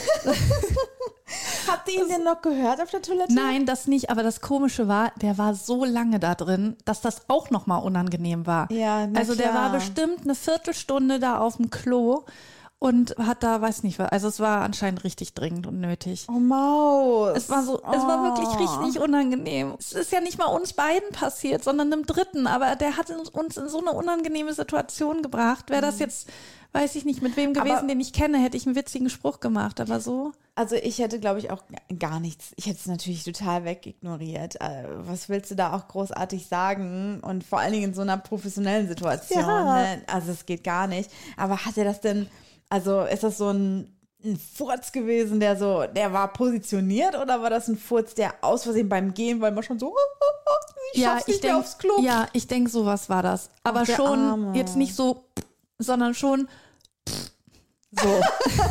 Habt ihr ihn denn noch gehört auf der Toilette? Nein, das nicht. Aber das Komische war, der war so lange da drin, dass das auch nochmal unangenehm war. Ja, na also der klar. war bestimmt eine Viertelstunde da auf dem Klo und hat da, weiß nicht, also es war anscheinend richtig dringend und nötig. Oh Maus. Es war so, es war wirklich Oh. richtig unangenehm. Es ist ja nicht mal uns beiden passiert, sondern einem Dritten. Aber der hat uns uns in so eine unangenehme Situation gebracht. Wäre das jetzt, weiß ich nicht, mit wem gewesen, Aber- den ich kenne, hätte ich einen witzigen Spruch gemacht. Aber so. Also ich hätte, glaube ich, auch gar nichts. Ich hätte es natürlich total wegignoriert. Äh, Was willst du da auch großartig sagen? Und vor allen Dingen in so einer professionellen Situation. Ja. Ne? Also es geht gar nicht. Aber hat er das denn, also ist das so ein, ein Furz gewesen, der so, der war positioniert oder war das ein Furz, der aus Versehen beim Gehen, weil man schon so, ich schaff's nicht mehr denk, aufs Klo. ja, ich denke, sowas war das. Aber Ach, der schon Arme. jetzt nicht so, sondern schon so.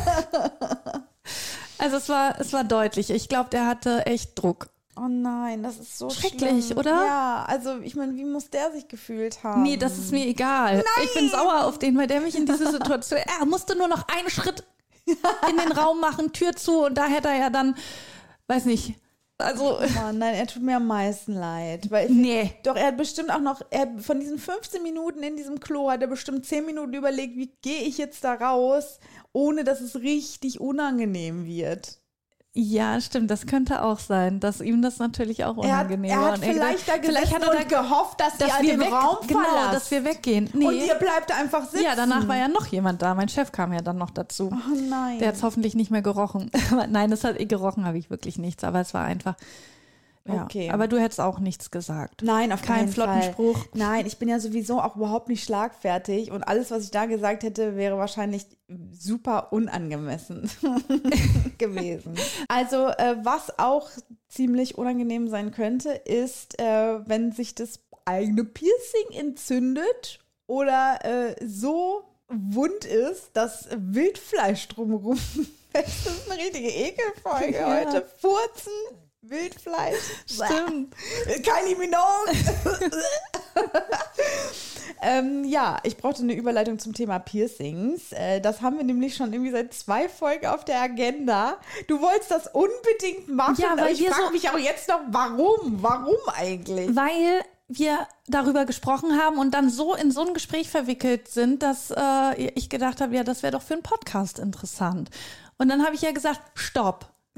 Also es war, es war deutlich. Ich glaube, der hatte echt Druck. Oh nein, das ist so Schrecklich, schlimm. oder? Ja, also ich meine, wie muss der sich gefühlt haben? Nee, das ist mir egal. Ich bin sauer auf den, weil der mich in diese Situation, er musste nur noch einen Schritt in den Raum machen, Tür zu und da hätte er ja dann, weiß nicht, also, Oh Mann, nein, er tut mir am meisten leid. Weil ich, nee. Doch, er hat bestimmt auch noch, er hat von diesen fünfzehn Minuten in diesem Klo, hat er bestimmt zehn Minuten überlegt, wie gehe ich jetzt da raus, ohne dass es richtig unangenehm wird. Ja, stimmt, das könnte auch sein, dass ihm das natürlich auch Er hat, unangenehm er war. hat Und er vielleicht gedacht, da gesessen vielleicht hat er und da gehofft, dass, dass die wir den weg, Raum genau, verlassen. dass wir weggehen. Nee. Und ihr bleibt einfach sitzen. Ja, danach war ja noch jemand da. Mein Chef kam ja dann noch dazu. Oh nein. Der hat es hoffentlich nicht mehr gerochen. Nein, das hat eh gerochen, habe ich wirklich nichts. Aber es war einfach. Ja. Okay. Aber du hättest auch nichts gesagt. Nein, auf Keinen keinen flotten Fall. Spruch. Nein, ich bin ja sowieso auch überhaupt nicht schlagfertig und alles, was ich da gesagt hätte, wäre wahrscheinlich super unangemessen gewesen. Also, äh, was auch ziemlich unangenehm sein könnte, ist, äh, wenn sich das eigene Piercing entzündet oder äh, so wund ist, dass Wildfleisch drumherum. Das ist eine richtige Ekelfolge Ja. heute. Furzen, Wildfleisch. Stimmt. Kylie Minogue. ähm, ja, ich brauchte eine Überleitung zum Thema Piercings. Äh, das haben wir nämlich schon irgendwie seit zwei Folgen auf der Agenda. Du wolltest das unbedingt machen, Ja, weil aber ich wir frage so- mich auch jetzt noch, warum? Warum eigentlich? Weil wir darüber gesprochen haben und dann so in so ein Gespräch verwickelt sind, dass äh, ich gedacht habe, ja, das wäre doch für einen Podcast interessant. Und dann habe ich ja gesagt, stopp. Ja.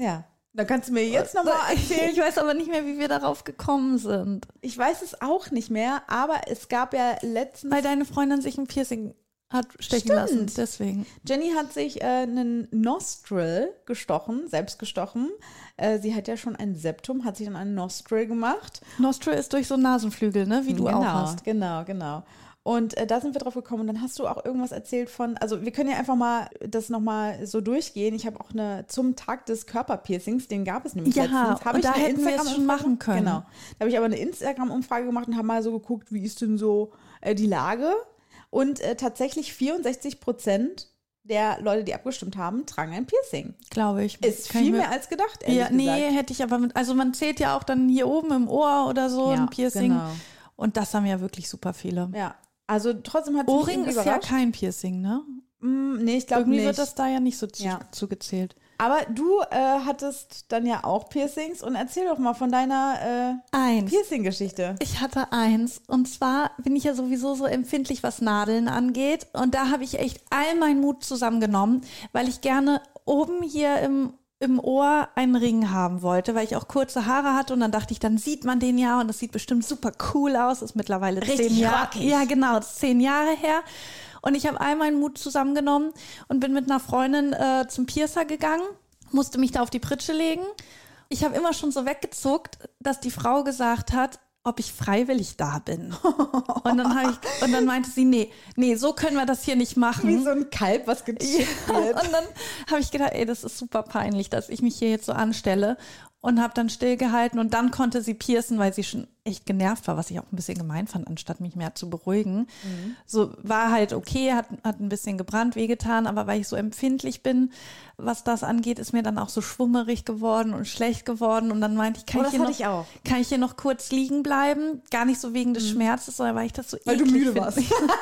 Da kannst du mir jetzt nochmal erzählen. Ich weiß aber nicht mehr, wie wir darauf gekommen sind. Ich weiß es auch nicht mehr, aber es gab ja letztens... Weil deine Freundin sich ein Piercing hat stechen Stimmt. lassen, deswegen. Jenny hat sich äh, einen Nostril gestochen, selbst gestochen. Äh, sie hat ja schon ein Septum, hat sich dann einen Nostril gemacht. Nostril ist durch so Nasenflügel, ne? Wie du genau, auch hast. Genau, genau. Und äh, da sind wir drauf gekommen und dann hast du auch irgendwas erzählt von, also wir können ja einfach mal das nochmal so durchgehen. Ich habe auch eine zum Tag des Körperpiercings, den gab es nämlich Ja, letztens. Hab und ich da eine hätten wir es schon Instagram-Umfrage- machen können. Genau. Da habe ich aber eine Instagram-Umfrage gemacht und habe mal so geguckt, wie ist denn so äh, die Lage? Und äh, tatsächlich vierundsechzig Prozent der Leute, die abgestimmt haben, tragen ein Piercing. Glaube ich. Ist Kann ich viel mir- mehr als gedacht, ehrlich Ja, nee, gesagt. hätte ich aber mit, also man zählt ja auch dann hier oben im Ohr oder so Ja, ein Piercing. genau. Und das haben ja wirklich super viele. Ja, also trotzdem hat es mich Ohrring irgendwie ist ja überrascht. kein Piercing, ne? Mm, nee, ich glaube Irgendwie nicht. wird das da ja nicht so zu, Ja. zugezählt. Aber du äh, hattest dann ja auch Piercings und erzähl doch mal von deiner äh, Eins. Piercing-Geschichte. Ich hatte eins und zwar bin ich ja sowieso so empfindlich, was Nadeln angeht und da habe ich echt all meinen Mut zusammengenommen, weil ich gerne oben hier im, im Ohr einen Ring haben wollte, weil ich auch kurze Haare hatte und dann dachte ich, dann sieht man den ja und das sieht bestimmt super cool aus, ist mittlerweile Richtig zehn Jahre. rockig. Ja, genau, das ist zehn Jahre her. Und ich habe all meinen Mut zusammengenommen und bin mit einer Freundin äh, zum Piercer gegangen, musste mich da auf die Pritsche legen. Ich habe immer schon so weggezuckt, dass die Frau gesagt hat, ob ich freiwillig da bin. Und dann, hab ich, und dann meinte sie, nee, nee, so können wir das hier nicht machen. Wie so ein Kalb, was gechippt wird. Und dann habe ich gedacht, ey, das ist super peinlich, dass ich mich hier jetzt so anstelle. Und habe dann stillgehalten und dann konnte sie piercen, weil sie schon echt genervt war, was ich auch ein bisschen gemein fand, anstatt mich mehr zu beruhigen. Mhm. So war halt okay, hat, hat ein bisschen gebrannt, wehgetan, aber weil ich so empfindlich bin, was das angeht, ist mir dann auch so schwummerig geworden und schlecht geworden. Und dann meinte ich, kann, Oh, ich, das hier noch, hatte ich auch. kann ich hier noch kurz liegen bleiben? Gar nicht so wegen des Schmerzes, sondern weil ich das so Weil du eklig müde finde. warst.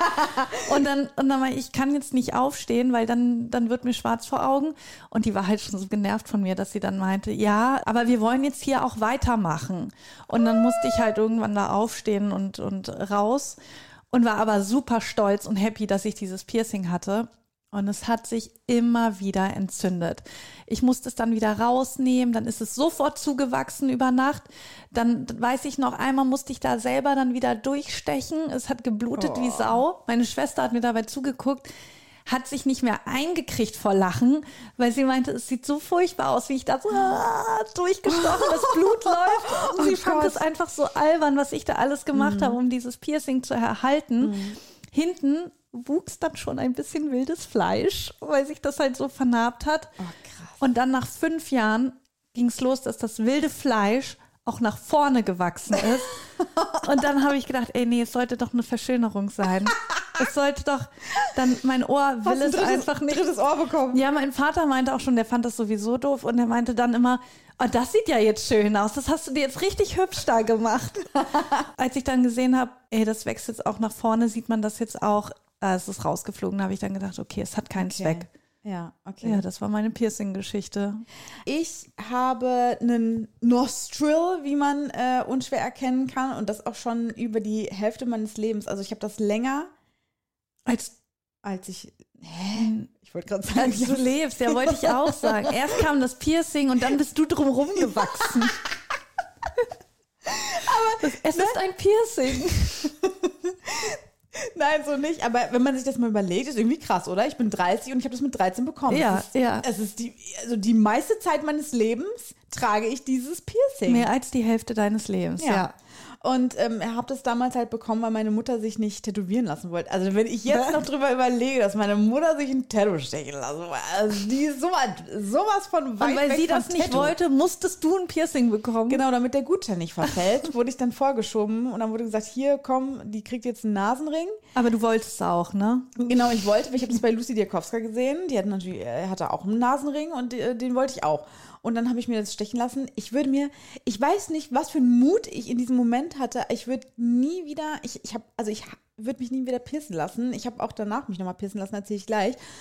Und dann, und dann meinte ich, ich kann jetzt nicht aufstehen, weil dann, dann wird mir schwarz vor Augen. Und die war halt schon so genervt von mir, dass sie dann meinte, ja, aber wir wollen jetzt hier auch weitermachen. Und dann musste ich halt irgendwann da aufstehen und, und raus und war aber super stolz und happy, dass ich dieses Piercing hatte. Und es hat sich immer wieder entzündet. Ich musste es dann wieder rausnehmen, dann ist es sofort zugewachsen über Nacht. Dann weiß ich noch, einmal musste ich da selber dann wieder durchstechen. Es hat geblutet Oh. wie Sau. Meine Schwester hat mir dabei zugeguckt, hat sich nicht mehr eingekriegt vor Lachen, weil sie meinte, es sieht so furchtbar aus, wie ich da so ah, durchgestochen, das Blut läuft. Und Oh sie fand Gott. es einfach so albern, was ich da alles gemacht habe, um dieses Piercing zu erhalten. Hinten wuchs dann schon ein bisschen wildes Fleisch, weil sich das halt so vernarbt hat. Oh, krass. Und dann nach fünf Jahren ging es los, dass das wilde Fleisch auch nach vorne gewachsen ist. Und dann habe ich gedacht, ey, nee, es sollte doch eine Verschönerung sein. Es sollte doch, dann mein Ohr will Hast ein es drittes, einfach nicht. drittes Ohr bekommen. Ja, mein Vater meinte auch schon, der fand das sowieso doof und er meinte dann immer, oh, das sieht ja jetzt schön aus, das hast du dir jetzt richtig hübsch da gemacht. Als ich dann gesehen habe, ey, das wächst jetzt auch nach vorne, sieht man das jetzt auch, äh, es ist rausgeflogen, habe ich dann gedacht, okay, es hat keinen Okay. Zweck. Ja, okay. Ja, das war meine Piercing-Geschichte. Ich habe einen Nostril, wie man äh, unschwer erkennen kann, und das auch schon über die Hälfte meines Lebens. Also ich habe das länger, Als, als ich. Hä? Ich wollte gerade sagen, als du lebst, ja, wollte ich auch sagen. Erst kam das Piercing und dann bist du drumherum gewachsen. Aber das, es ist ein Piercing. Nein, so nicht. Aber wenn man sich das mal überlegt, ist irgendwie krass, oder? Ich bin dreißig und ich habe das mit dreizehn bekommen. Ja, es ist, ja. Es ist die, also die meiste Zeit meines Lebens trage ich dieses Piercing. Mehr als die Hälfte deines Lebens, ja. Ja. Und ähm, habe das damals halt bekommen, weil meine Mutter sich nicht tätowieren lassen wollte. Also wenn ich jetzt noch drüber überlege, dass meine Mutter sich ein Tattoo stechen lassen wollte, also die ist sowas, sowas von weit Und weil weg sie von das nicht Tattoo. wollte, musstest du ein Piercing bekommen. Genau, damit der Gutschein nicht verfällt, wurde ich dann vorgeschoben und dann wurde gesagt, hier, komm, die kriegt jetzt einen Nasenring. Aber du wolltest es auch, ne? Genau, ich wollte, weil ich habe das bei Lucy Diakowska gesehen, die hat natürlich, äh, hatte auch einen Nasenring und äh, den wollte ich auch. Und dann habe ich mir das stechen lassen. Ich würde mir, ich weiß nicht, was für einen Mut ich in diesem Moment hatte. Ich würde nie wieder, ich, ich habe, also ich würde mich nie wieder piercen lassen. Ich habe auch danach mich nochmal piercen lassen, erzähle ich gleich.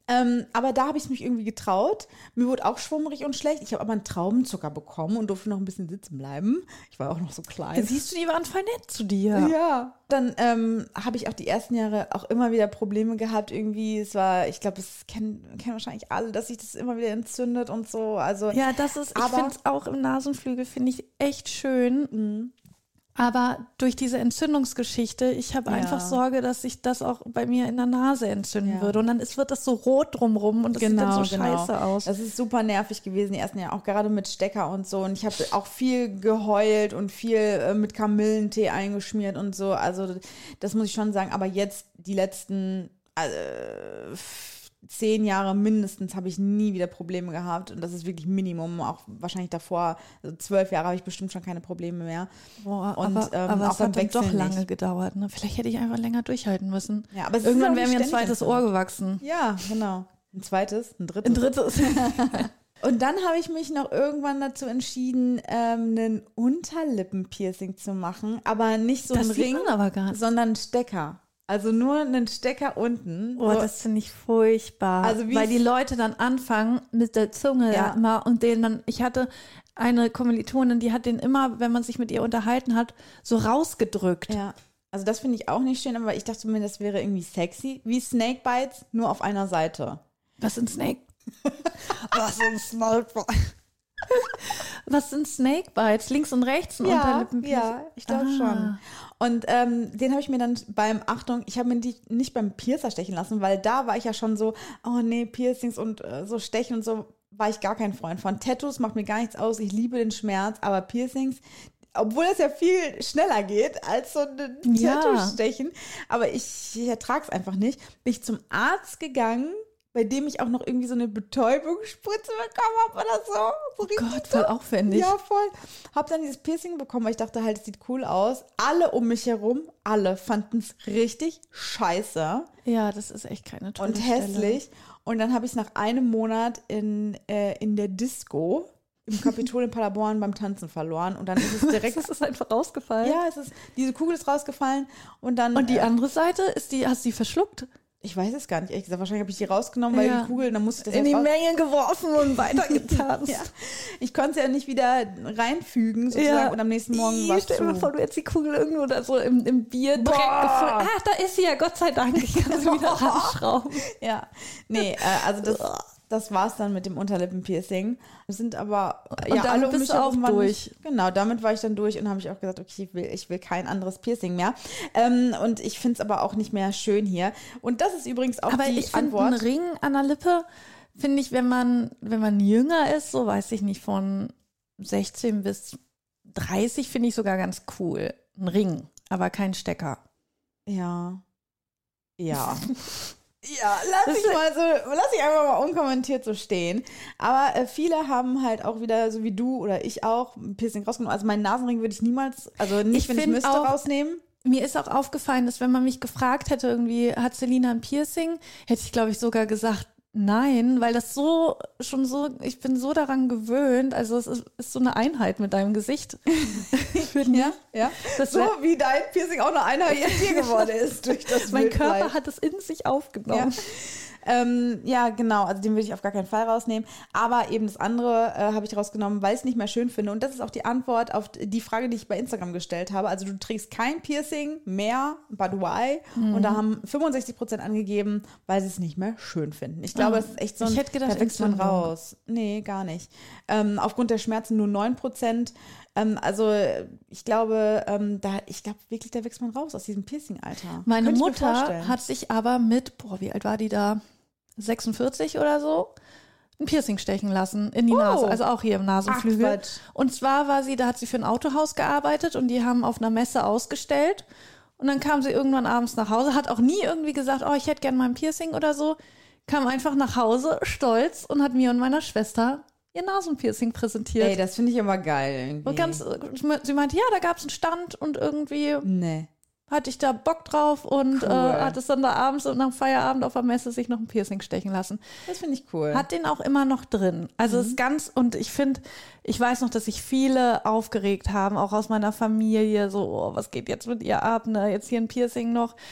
Ähm, aber da habe ich es mich irgendwie getraut. Mir wurde auch schwummrig und schlecht. Ich habe aber einen Traubenzucker bekommen und durfte noch ein bisschen sitzen bleiben. Ich war auch noch so klein. Siehst du, die waren voll nett zu dir. Ja. Dann ähm, habe ich auch die ersten Jahre auch immer wieder Probleme gehabt. Irgendwie, es war, ich glaube, das kennen, kennen wahrscheinlich alle, dass sich das immer wieder entzündet und so. Also, Ja, das ist, ich aber- finde es auch im Nasenflügel, finde ich echt schön. Mhm. Aber durch diese Entzündungsgeschichte, ich habe Ja. einfach Sorge, dass sich das auch bei mir in der Nase entzünden Ja. würde. Und dann ist, wird das so rot drumrum und das sieht dann so scheiße aus. Das ist super nervig gewesen, die ersten Jahre, auch gerade mit Stecker und so. Und ich habe auch viel geheult und viel äh, mit Kamillentee eingeschmiert und so. Also das muss ich schon sagen. Aber jetzt die letzten äh, zehn Jahre mindestens habe ich nie wieder Probleme gehabt. Und das ist wirklich Minimum. Auch wahrscheinlich davor, also zwölf Jahre habe ich bestimmt schon keine Probleme mehr. Boah, Und, aber, ähm, aber auch es beim hat dann Wechseln doch lange nicht. gedauert. Ne? Vielleicht hätte ich einfach länger durchhalten müssen. Ja, aber es ist Irgendwann auch wäre nicht mir ein ständig zweites entzündet. Ohr gewachsen. Ja, genau. Ein zweites, ein drittes. Ein drittes. Und dann habe ich mich noch irgendwann dazu entschieden, ähm, einen Unterlippenpiercing zu machen, aber nicht so Das einen sieht Ring, man aber gar nicht. sondern einen Stecker. Also nur einen Stecker unten. Oh, So- das finde ich furchtbar. Also wie weil es- die Leute dann anfangen mit der Zunge Ja. immer und denen dann, ich hatte eine Kommilitonin, die hat den immer, wenn man sich mit ihr unterhalten hat, so rausgedrückt. ja. Also das finde ich auch nicht schön, aber ich dachte mir, das wäre irgendwie sexy. Wie Snakebites, nur auf einer Seite. Was sind Snake? Was sind Snakebites? Was sind Snakebites? Links und rechts ein Unterlippenpiercing? ja, ich glaube Ah. schon. Und ähm, den habe ich mir dann beim, Achtung, ich habe mir die nicht beim Piercer stechen lassen, weil da war ich ja schon so, oh nee, Piercings und äh, so stechen und so, war ich gar kein Freund von. Tattoos macht mir gar nichts aus, ich liebe den Schmerz, aber Piercings, obwohl es ja viel schneller geht als so ein Ja. Tattoo-Stechen, aber ich ertrage es einfach nicht, bin ich zum Arzt gegangen, bei dem ich auch noch irgendwie so eine Betäubungsspritze bekommen habe oder so. so richtig Gott, voll aufwendig. ja, voll. Hab dann dieses Piercing bekommen, weil ich dachte halt, es sieht cool aus. Alle um mich herum, alle fanden es richtig scheiße Ja, das ist echt keine tolle und Stelle. hässlich. Und dann habe ich es nach einem Monat in, äh, in der Disco im Kapitol in Paderborn beim Tanzen verloren. Und dann ist es direkt... Das ist einfach rausgefallen. ja, es ist, diese Kugel ist rausgefallen. Und dann... Und die äh, andere Seite, ist die, hast du die verschluckt? ich weiß es gar nicht, ehrlich gesagt. Wahrscheinlich habe ich die rausgenommen, weil Ja. die Kugel, dann musste ich das In halt die raus- Menge geworfen und weitergetanzt. Ja. Ich konnte es ja nicht wieder reinfügen, sozusagen. Und am nächsten Morgen Ih, war es stell dir mal zu. vor, du hättest die Kugel irgendwo da so im, im Bier direkt Boah. gefunden. Ach, da ist sie ja, Gott sei Dank. Ich kann sie wieder ranschrauben. Ja, nee, äh, also das, das war's dann mit dem Unterlippenpiercing. Wir sind aber Und ja damit alle um bist mich du auch herum waren durch. Nicht, genau, damit war ich dann durch und habe ich auch gesagt, okay, ich will, ich will kein anderes Piercing mehr. Ähm, und ich finde es aber auch nicht mehr schön hier. Und das ist übrigens auch Aber die ich finde, Antwort. einen Ring an der Lippe, finde ich, wenn man, wenn man jünger ist, so weiß ich nicht, von sechzehn bis dreißig, finde ich sogar ganz cool. Ein Ring, aber kein Stecker. Ja. Ja. Ja, lass ich mal so, lass ich einfach mal unkommentiert so stehen. Aber äh, viele haben halt auch wieder, so wie du oder ich auch, ein Piercing rausgenommen. Also meinen Nasenring würde ich niemals, also nicht, Ich wenn ich find müsste, auch- rausnehmen. Mir ist auch aufgefallen, dass wenn man mich gefragt hätte, irgendwie, hat Selina ein Piercing, hätte ich, glaube ich, sogar gesagt, nein, weil das so, schon so, ich bin so daran gewöhnt, also es ist, ist so eine Einheit mit deinem Gesicht. Finde Ja, ja. Das so wär- wie dein Piercing auch eine Einheit mit dir geworden ist durch das Mein Wildfleisch. Körper hat es in sich aufgenommen. Ja. Ähm, ja, genau, also den würde ich auf gar keinen Fall rausnehmen. Aber eben das andere äh, habe ich rausgenommen, weil ich es nicht mehr schön finde. Und das ist auch die Antwort auf die Frage, die ich bei Instagram gestellt habe. Also du trägst kein Piercing mehr, but why? Mhm. Und da haben fünfundsechzig Prozent angegeben, weil sie es nicht mehr schön finden. Ich glaube, Ah. es ist echt so ein, Ich hätte gedacht, da wächst man Entzündung. raus. Nee, gar nicht. Ähm, aufgrund der Schmerzen nur neun Prozent. Ähm, also ich glaube, ähm, da, ich glaube wirklich, da wächst man raus aus diesem Piercing-Alter. Meine Könnte ich mir Mutter vorstellen. hat sich aber mit, boah, wie alt war die da? sechsundvierzig oder so? Ein Piercing stechen lassen in die Oh. Nase, also auch hier im Nasenflügel. Ach, Quatsch. Und zwar war sie, da hat sie für ein Autohaus gearbeitet und die haben auf einer Messe ausgestellt. Und dann kam sie irgendwann abends nach Hause, hat auch nie irgendwie gesagt, oh, ich hätte gern mal ein Piercing oder so. Kam einfach nach Hause, stolz, und hat mir und meiner Schwester ihr Nasenpiercing präsentiert. Ey, das finde ich immer geil irgendwie. und ganz, sie meinte, ja, da gab es einen Stand und irgendwie Nee. hatte ich da Bock drauf und Cool. äh, hat es dann da abends und nach Feierabend auf der Messe sich noch ein Piercing stechen lassen. Das finde ich cool. Hat den auch immer noch drin. Also es ist ganz, und ich finde, ich weiß noch, dass sich viele aufgeregt haben, auch aus meiner Familie, so, oh, was geht jetzt mit ihr ab, ne, jetzt hier ein Piercing noch.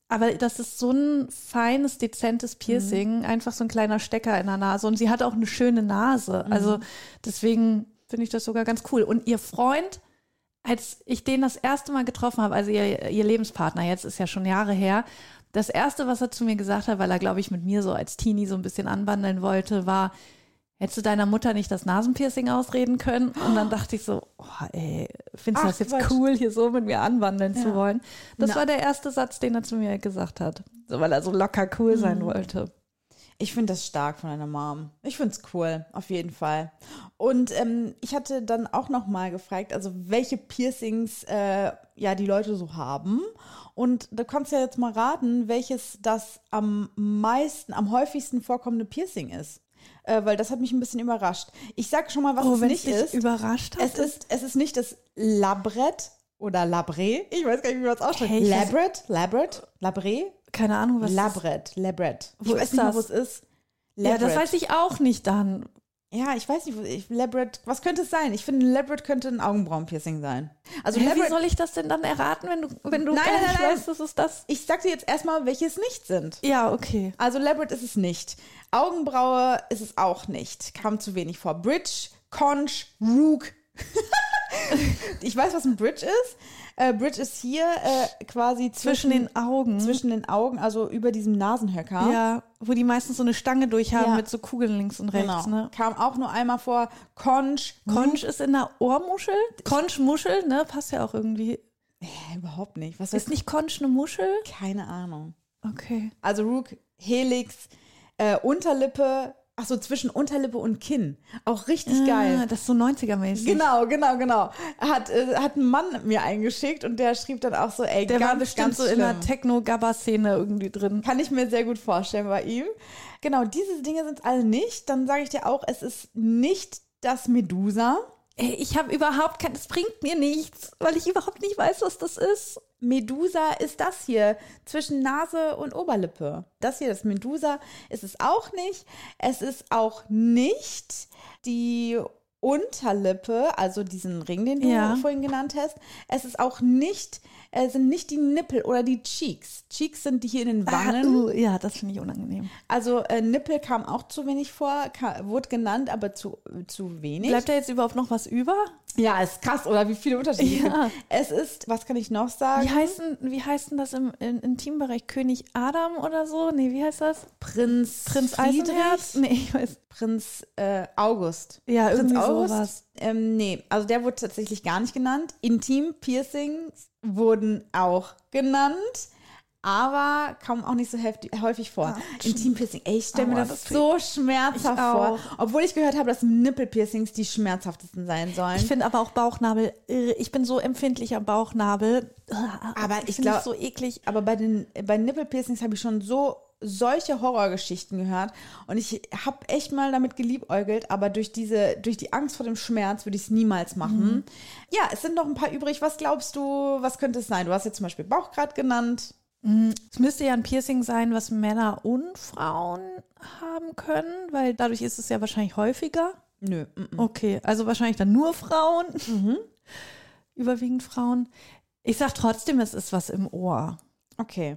Aber das ist so ein feines, dezentes Piercing, mhm. einfach so ein kleiner Stecker in der Nase. Und sie hat auch eine schöne Nase. Mhm. Also deswegen finde ich das sogar ganz cool. Und ihr Freund, als ich den das erste Mal getroffen habe, also ihr, ihr Lebenspartner, jetzt ist ja schon Jahre her, das Erste, was er zu mir gesagt hat, weil er, glaube ich, mit mir so als Teenie so ein bisschen anbandeln wollte, war, hättest du deiner Mutter nicht das Nasenpiercing ausreden können? Und dann dachte ich so, oh ey, findest du das jetzt Quatsch. Cool, hier so mit mir anwandeln ja. zu wollen? Das Na. war der erste Satz, den er zu mir gesagt hat. So, weil er so locker cool sein mhm. wollte. Ich finde das stark von deiner Mom. Ich finde es cool, auf jeden Fall. Und ähm, ich hatte dann auch noch mal gefragt, also welche Piercings äh, ja die Leute so haben. Und da kannst du ja jetzt mal raten, welches das am meisten, am häufigsten vorkommende Piercing ist. Äh, weil das hat mich ein bisschen überrascht. Ich sage schon mal, was oh, es nicht ist. Überrascht hat, es ist. Es ist nicht das Labret oder Labré. Ich weiß gar nicht, wie man es ausspricht. Hey, Labret, Labret, Labré. Keine Ahnung, was Labret, ist. Labret. Wo ich ist das? Nicht, wo es ist. Labret. Ja, das weiß ich auch nicht dann. Ja, ich weiß nicht, ich, Labret, was könnte es sein? Ich finde, Labret könnte ein Augenbrauenpiercing sein. Also hey, Labret, wie soll ich das denn dann erraten, wenn du, wenn du nein, gar nein, nicht nein, weißt, dass es das? Ich sag dir jetzt erstmal, welche es nicht sind. Ja, okay. Also Labret ist es nicht. Augenbraue ist es auch nicht. Kam zu wenig vor. Bridge, Conch, Rook. Ich weiß, was ein Bridge ist. Äh, Bridge ist hier äh, quasi zwischen, zwischen den Augen. Zwischen den Augen, also über diesem Nasenhöcker. Ja, wo die meistens so eine Stange durch haben ja. mit so Kugeln links und rechts. Genau. Ne? Kam auch nur einmal vor. Conch. Conch ist in der Ohrmuschel. Conch-Muschel, ne? Passt ja auch irgendwie. Äh, überhaupt nicht. Was ist nicht Conch eine Muschel? Keine Ahnung. Okay. Also Rook, Helix, äh, Unterlippe. Ach so, zwischen Unterlippe und Kinn. Auch richtig ah, geil. Das ist so neunziger-mäßig. Genau, genau, genau. Hat, äh, hat ein Mann mir eingeschickt und der schrieb dann auch so, ey, der ganz, war bestimmt ganz so schlimm. in der Techno-Gabba-Szene irgendwie drin. Kann ich mir sehr gut vorstellen bei ihm. Genau, diese Dinge sind alle nicht. Dann sage ich dir auch, es ist nicht das Medusa. Ey, ich habe überhaupt kein, das bringt mir nichts, weil ich überhaupt nicht weiß, was das ist. Medusa ist das hier zwischen Nase und Oberlippe. Das hier, das Medusa, ist es auch nicht. Es ist auch nicht die Unterlippe, also diesen Ring, den du ja. vorhin genannt hast. Es ist auch nicht, äh, sind nicht die Nippel oder die Cheeks. Cheeks sind die hier in den Wangen. Ah, uh, ja, das finde ich unangenehm. Also äh, Nippel kam auch zu wenig vor, kam, wurde genannt, aber zu, zu wenig. Bleibt da jetzt überhaupt noch was über? Ja, ist krass, oder wie viele Unterschiede ja. gibt. Es ist, was kann ich noch sagen? Wie heißt denn, wie heißt denn das im, im Intimbereich? König Adam oder so? Nee, wie heißt das? Prinz Prinz Friedrich? Eisenherz? Nee, ich weiß. Prinz äh, August. Ja, Prinz irgendwie August? sowas. Ähm, nee, also der wurde tatsächlich gar nicht genannt. Intim-Piercings wurden auch genannt. Aber kommen auch nicht so heftig, häufig vor. Ach, Intim-Piercing, ey, ich stelle mir das, das so schmerzhaft ich vor. auch. Obwohl ich gehört habe, dass Nippel-Piercings die schmerzhaftesten sein sollen. Ich finde aber auch Bauchnabel, ich bin so empfindlich am Bauchnabel. Aber ich, ich glaube, so eklig. Aber bei den bei Nippel-Piercings habe ich schon so solche Horrorgeschichten gehört und ich habe echt mal damit geliebäugelt, aber durch diese durch die Angst vor dem Schmerz würde ich es niemals machen. Mhm. Ja, es sind noch ein paar übrig. Was glaubst du, was könnte es sein? Du hast jetzt zum Beispiel Bauch gerade genannt. Es müsste ja ein Piercing sein, was Männer und Frauen haben können, weil dadurch ist es ja wahrscheinlich häufiger. Nö. M-m. Okay, also wahrscheinlich dann nur Frauen. Mhm. Überwiegend Frauen. Ich sag trotzdem, es ist was im Ohr. Okay.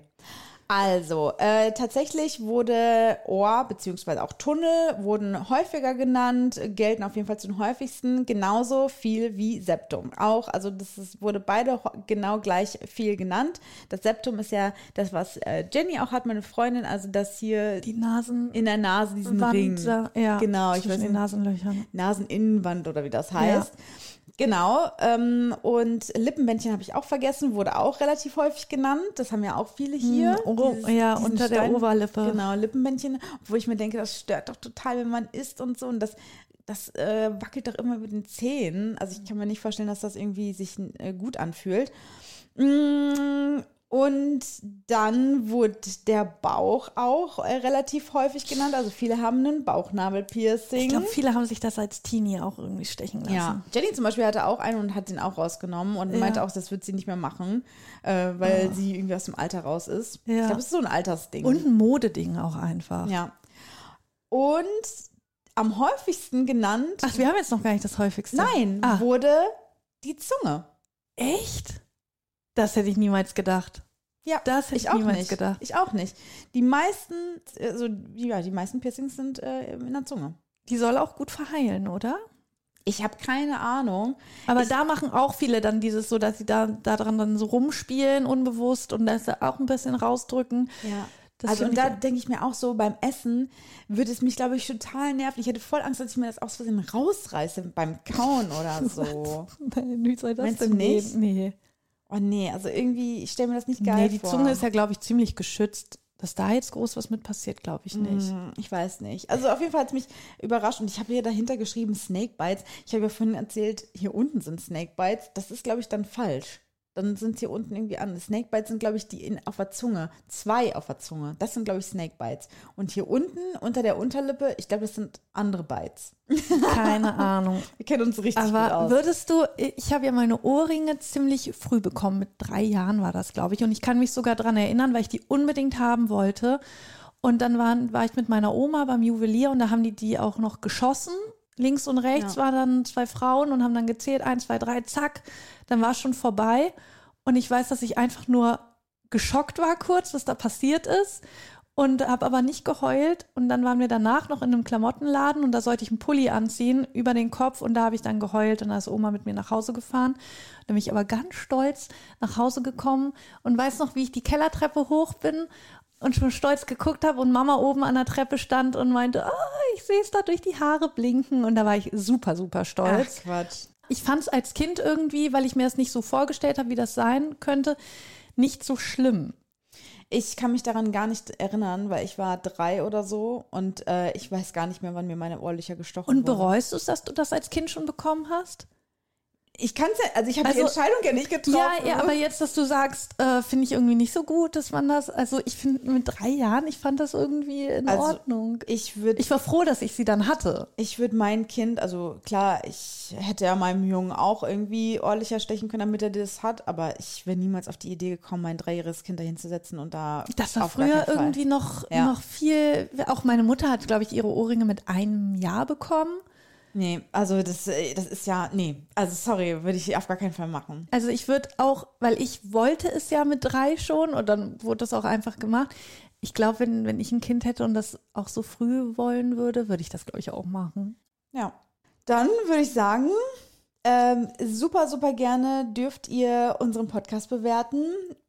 Also, äh, tatsächlich wurde Ohr bzw. auch Tunnel wurden häufiger genannt, gelten auf jeden Fall zu den häufigsten, genauso viel wie Septum. Auch, also das ist, wurde beide genau gleich viel genannt. Das Septum ist ja das, was äh, Jenny auch hat, meine Freundin, also das hier die Nasen in der Nase, diesen Wand, Ring. Ja, genau, ich weiß nicht. Nasenlöchern. Naseninnenwand oder wie das heißt. Ja. Genau, ähm, und Lippenbändchen habe ich auch vergessen, wurde auch relativ häufig genannt. Das haben ja auch viele hier. Oh, Dieses, ja, unter Stein, der Oberlippe. Genau, Lippenbändchen, wo ich mir denke, das stört doch total, wenn man isst und so. Und das, das äh, wackelt doch immer mit den Zähnen. Also ich kann mir nicht vorstellen, dass das irgendwie sich äh, gut anfühlt. Mm, Und dann wurde der Bauch auch äh, relativ häufig genannt. Also viele haben einen Bauchnabelpiercing. Ich glaube, viele haben sich das als Teenie auch irgendwie stechen lassen. Ja, Jenny zum Beispiel hatte auch einen und hat den auch rausgenommen und ja. meinte auch, das wird sie nicht mehr machen, äh, weil oh. sie irgendwie aus dem Alter raus ist. Ja. Ich glaube, es ist so ein Altersding. Und ein Modeding auch einfach. Ja. Und am häufigsten genannt. Ach, wir haben jetzt noch gar nicht das häufigste. Nein, ah. wurde die Zunge. Echt? Das hätte ich niemals gedacht. Ja, Das hätte ich ich auch niemals nicht. gedacht. Ich auch nicht. Die meisten, also ja, die meisten Piercings sind äh, in der Zunge. Die soll auch gut verheilen, oder? Ich habe keine Ahnung. Aber ich, da machen auch viele dann dieses so, dass sie da daran dann so rumspielen, unbewusst und das auch ein bisschen rausdrücken. Ja. Das also und finde da ich- denke ich mir auch so, beim Essen würde es mich, glaube ich, total nerven. Ich hätte voll Angst, dass ich mir das aus Versehen rausreiße beim Kauen oder so. Nein, wie soll das Meinst denn du nicht? gehen? Nee. Oh nee, also irgendwie, ich stelle mir das nicht geil Nee, die vor. Zunge ist ja, glaube ich, ziemlich geschützt. Dass da jetzt groß was mit passiert, glaube ich nicht. Hm, Ich weiß nicht. Also auf jeden Fall hat es mich überrascht und ich habe hier dahinter geschrieben Snake Bites. Ich habe ja vorhin erzählt, hier unten sind Snake Bites. Das ist, glaube ich, dann falsch. Dann sind es hier unten irgendwie an. Snake Bites sind, glaube ich, die in, auf der Zunge. Zwei auf der Zunge. Das sind, glaube ich, Snake Bites. Und hier unten, unter der Unterlippe, ich glaube, das sind andere Bites. Keine Ahnung. Wir kennen uns richtig gut Aber aus. würdest du, ich habe ja meine Ohrringe ziemlich früh bekommen, mit drei Jahren war das, glaube ich. Und ich kann mich sogar daran erinnern, weil ich die unbedingt haben wollte. Und dann waren, war ich mit meiner Oma beim Juwelier und da haben die die auch noch geschossen. Links und rechts Ja. waren dann zwei Frauen und haben dann gezählt, eins, zwei, drei, zack. Dann war es schon vorbei. Und ich weiß, dass ich einfach nur geschockt war kurz, was da passiert ist. Und habe aber nicht geheult. Und dann waren wir danach noch in einem Klamottenladen und da sollte ich einen Pulli anziehen über den Kopf. Und da habe ich dann geheult und da ist Oma mit mir nach Hause gefahren. Da bin ich aber ganz stolz nach Hause gekommen und weiß noch, wie ich die Kellertreppe hoch bin und schon stolz geguckt habe und Mama oben an der Treppe stand und meinte, oh, ich sehe es da durch die Haare blinken. Und da war ich super, super stolz. Ach, Quatsch. Ich fand es als Kind irgendwie, weil ich mir das nicht so vorgestellt habe, wie das sein könnte, nicht so schlimm. Ich kann mich daran gar nicht erinnern, weil ich war drei oder so und äh, ich weiß gar nicht mehr, wann mir meine Ohrlöcher gestochen Und wurden. bereust du es, dass du das als Kind schon bekommen hast? Ich kann es ja, also ich habe die Also- Entscheidung ja nicht getroffen. Ja, ja, aber jetzt, dass du sagst, äh, finde ich irgendwie nicht so gut, dass man das, also ich finde mit drei Jahren, ich fand das irgendwie in Also, Ordnung. Ich würde Ich war froh, dass ich sie dann hatte. ich würd mein Kind, also klar, ich hätte ja meinem Jungen auch irgendwie Ohrlöcher stechen können, damit er das hat, aber ich wäre niemals auf die Idee gekommen, mein dreijähriges Kind da hinzusetzen und da Das war auf gar früher keinen Fall. irgendwie noch, Ja. noch viel, auch meine Mutter hat, glaube ich, ihre Ohrringe mit einem Jahr bekommen. Nee, also das, äh, das ist ja, nee, also sorry, würde ich auf gar keinen Fall machen. Also ich würde auch, weil ich wollte es ja mit drei schon und dann wurde das auch einfach gemacht. Ich glaube, wenn, wenn ich ein Kind hätte und das auch so früh wollen würde, würde ich das, glaube ich, auch machen. Ja, dann würde ich sagen, ähm, super, super gerne dürft ihr unseren Podcast bewerten.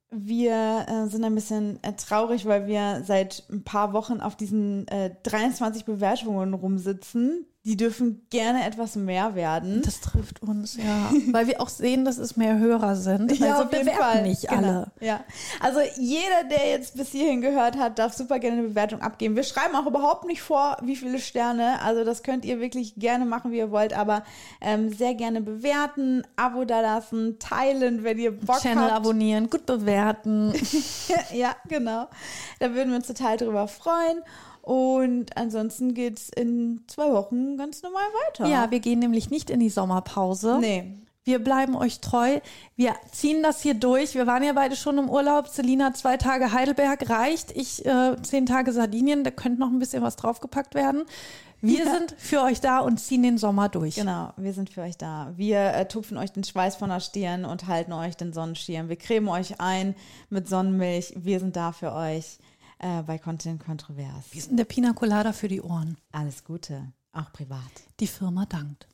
Wir äh, sind ein bisschen äh, traurig, weil wir seit ein paar Wochen auf diesen äh, dreiundzwanzig Bewertungen rumsitzen. Die dürfen gerne etwas mehr werden. Das trifft uns, ja. Weil wir auch sehen, dass es mehr Hörer sind. Ja, also auf jeden bewerten Fall. nicht Genau. alle. Ja. Also jeder, der jetzt bis hierhin gehört hat, darf super gerne eine Bewertung abgeben. Wir schreiben auch überhaupt nicht vor, wie viele Sterne. Also das könnt ihr wirklich gerne machen, wie ihr wollt. Aber ähm, sehr gerne bewerten, Abo da lassen, teilen, wenn ihr Bock Channel habt. abonnieren, gut bewerten. Ja, genau. Da würden wir uns total drüber freuen. Und ansonsten geht's in zwei Wochen ganz normal weiter. Ja, wir gehen nämlich nicht in die Sommerpause. Nee. Wir bleiben euch treu. Wir ziehen das hier durch. Wir waren ja beide schon im Urlaub. Selina zwei Tage Heidelberg reicht. Ich äh, zehn Tage Sardinien. Da könnte noch ein bisschen was draufgepackt werden. Wir Ja. sind für euch da und ziehen den Sommer durch. Genau, wir sind für euch da. Wir äh, tupfen euch den Schweiß von der Stirn und halten euch den Sonnenschirm. Wir cremen euch ein mit Sonnenmilch. Wir sind da für euch äh, bei Content Kontrovers. Wir sind der Pina Colada für die Ohren. Alles Gute, auch privat. Die Firma dankt.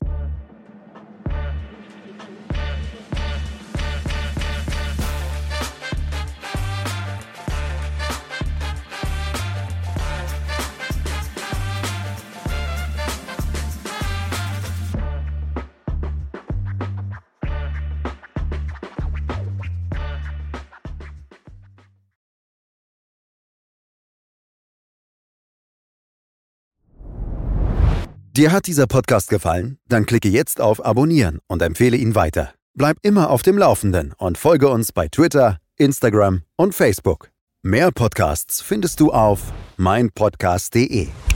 Dir hat dieser Podcast gefallen? Dann klicke jetzt auf Abonnieren und empfehle ihn weiter. Bleib immer auf dem Laufenden und folge uns bei Twitter, Instagram und Facebook. Mehr Podcasts findest du auf meinpodcast punkt de.